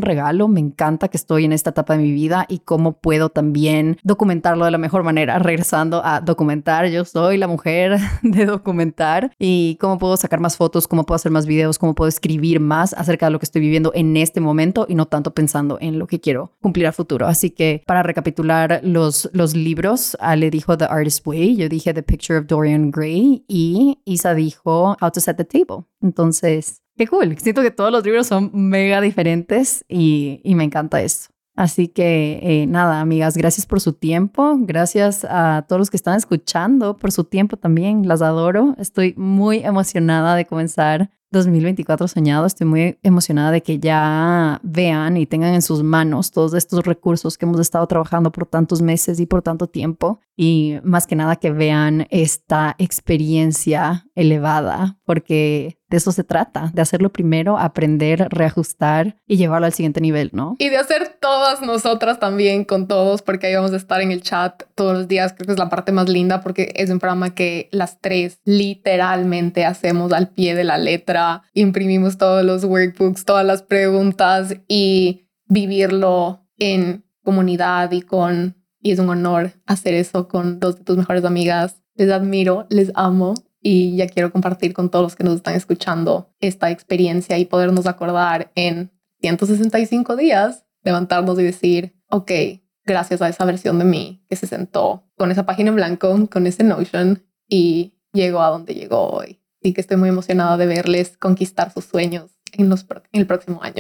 regalo. Me encanta que estoy en esta etapa de mi vida y cómo puedo también documentarlo de la mejor manera. Regresando a documentar, yo soy la mujer de documentar y cómo puedo sacar más fotos, cómo puedo hacer más videos, cómo puedo escribir más acerca de lo que estoy viviendo en este momento y no tanto pensando en lo que quiero cumplir a futuro. Así que para recapitular los, los libros, Ale dijo The Artist's Way, yo dije The Picture of Dorian Gray y Isa dijo How to Set the Table. Entonces, qué cool. Siento que todos los libros son mega diferentes y, y me encanta eso. Así que eh, nada, amigas, gracias por su tiempo. Gracias a todos los que están escuchando por su tiempo también. Las adoro. Estoy muy emocionada de comenzar dos mil veinticuatro soñado. Estoy muy emocionada de que ya vean y tengan en sus manos todos estos recursos que hemos estado trabajando por tantos meses y por tanto tiempo. Y más que nada que vean esta experiencia elevada, porque de eso se trata, de hacerlo primero, aprender, reajustar y llevarlo al siguiente nivel, ¿no? Y de hacer todas nosotras también con todos, porque ahí vamos a estar en el chat todos los días. Creo que es la parte más linda porque es un programa que las tres literalmente hacemos al pie de la letra. Imprimimos todos los workbooks, todas las preguntas y vivirlo en comunidad y con... Y es un honor hacer eso con dos de tus mejores amigas. Les admiro, les amo y ya quiero compartir con todos los que nos están escuchando esta experiencia y podernos acordar en ciento sesenta y cinco días, levantarnos y decir, ok, gracias a esa versión de mí que se sentó con esa página en blanco, con ese Notion y llegó a donde llegó hoy. Así que estoy muy emocionada de verles conquistar sus sueños en, los, en el próximo año.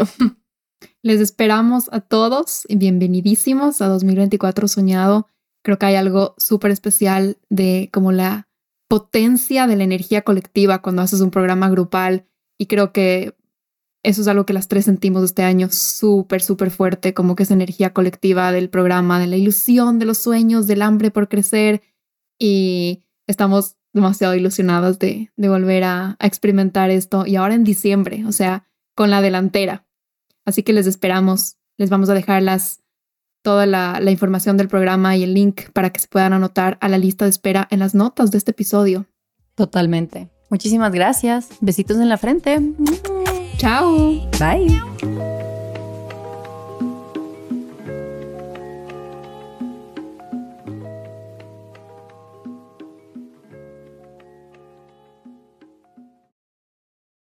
Les esperamos a todos y bienvenidísimos a dos mil veinticuatro soñado. Creo que hay algo súper especial de como la potencia de la energía colectiva cuando haces un programa grupal y creo que eso es algo que las tres sentimos este año súper, súper fuerte, como que esa energía colectiva del programa, de la ilusión, de los sueños, del hambre por crecer y estamos demasiado ilusionadas de, de volver a, a experimentar esto y ahora en diciembre, o sea, con la delantera. Así que les esperamos. Les vamos a dejar las, toda la, la información del programa y el link para que se puedan anotar a la lista de espera en las notas de este episodio. Totalmente. Muchísimas gracias. Besitos en la frente. Chao. Bye.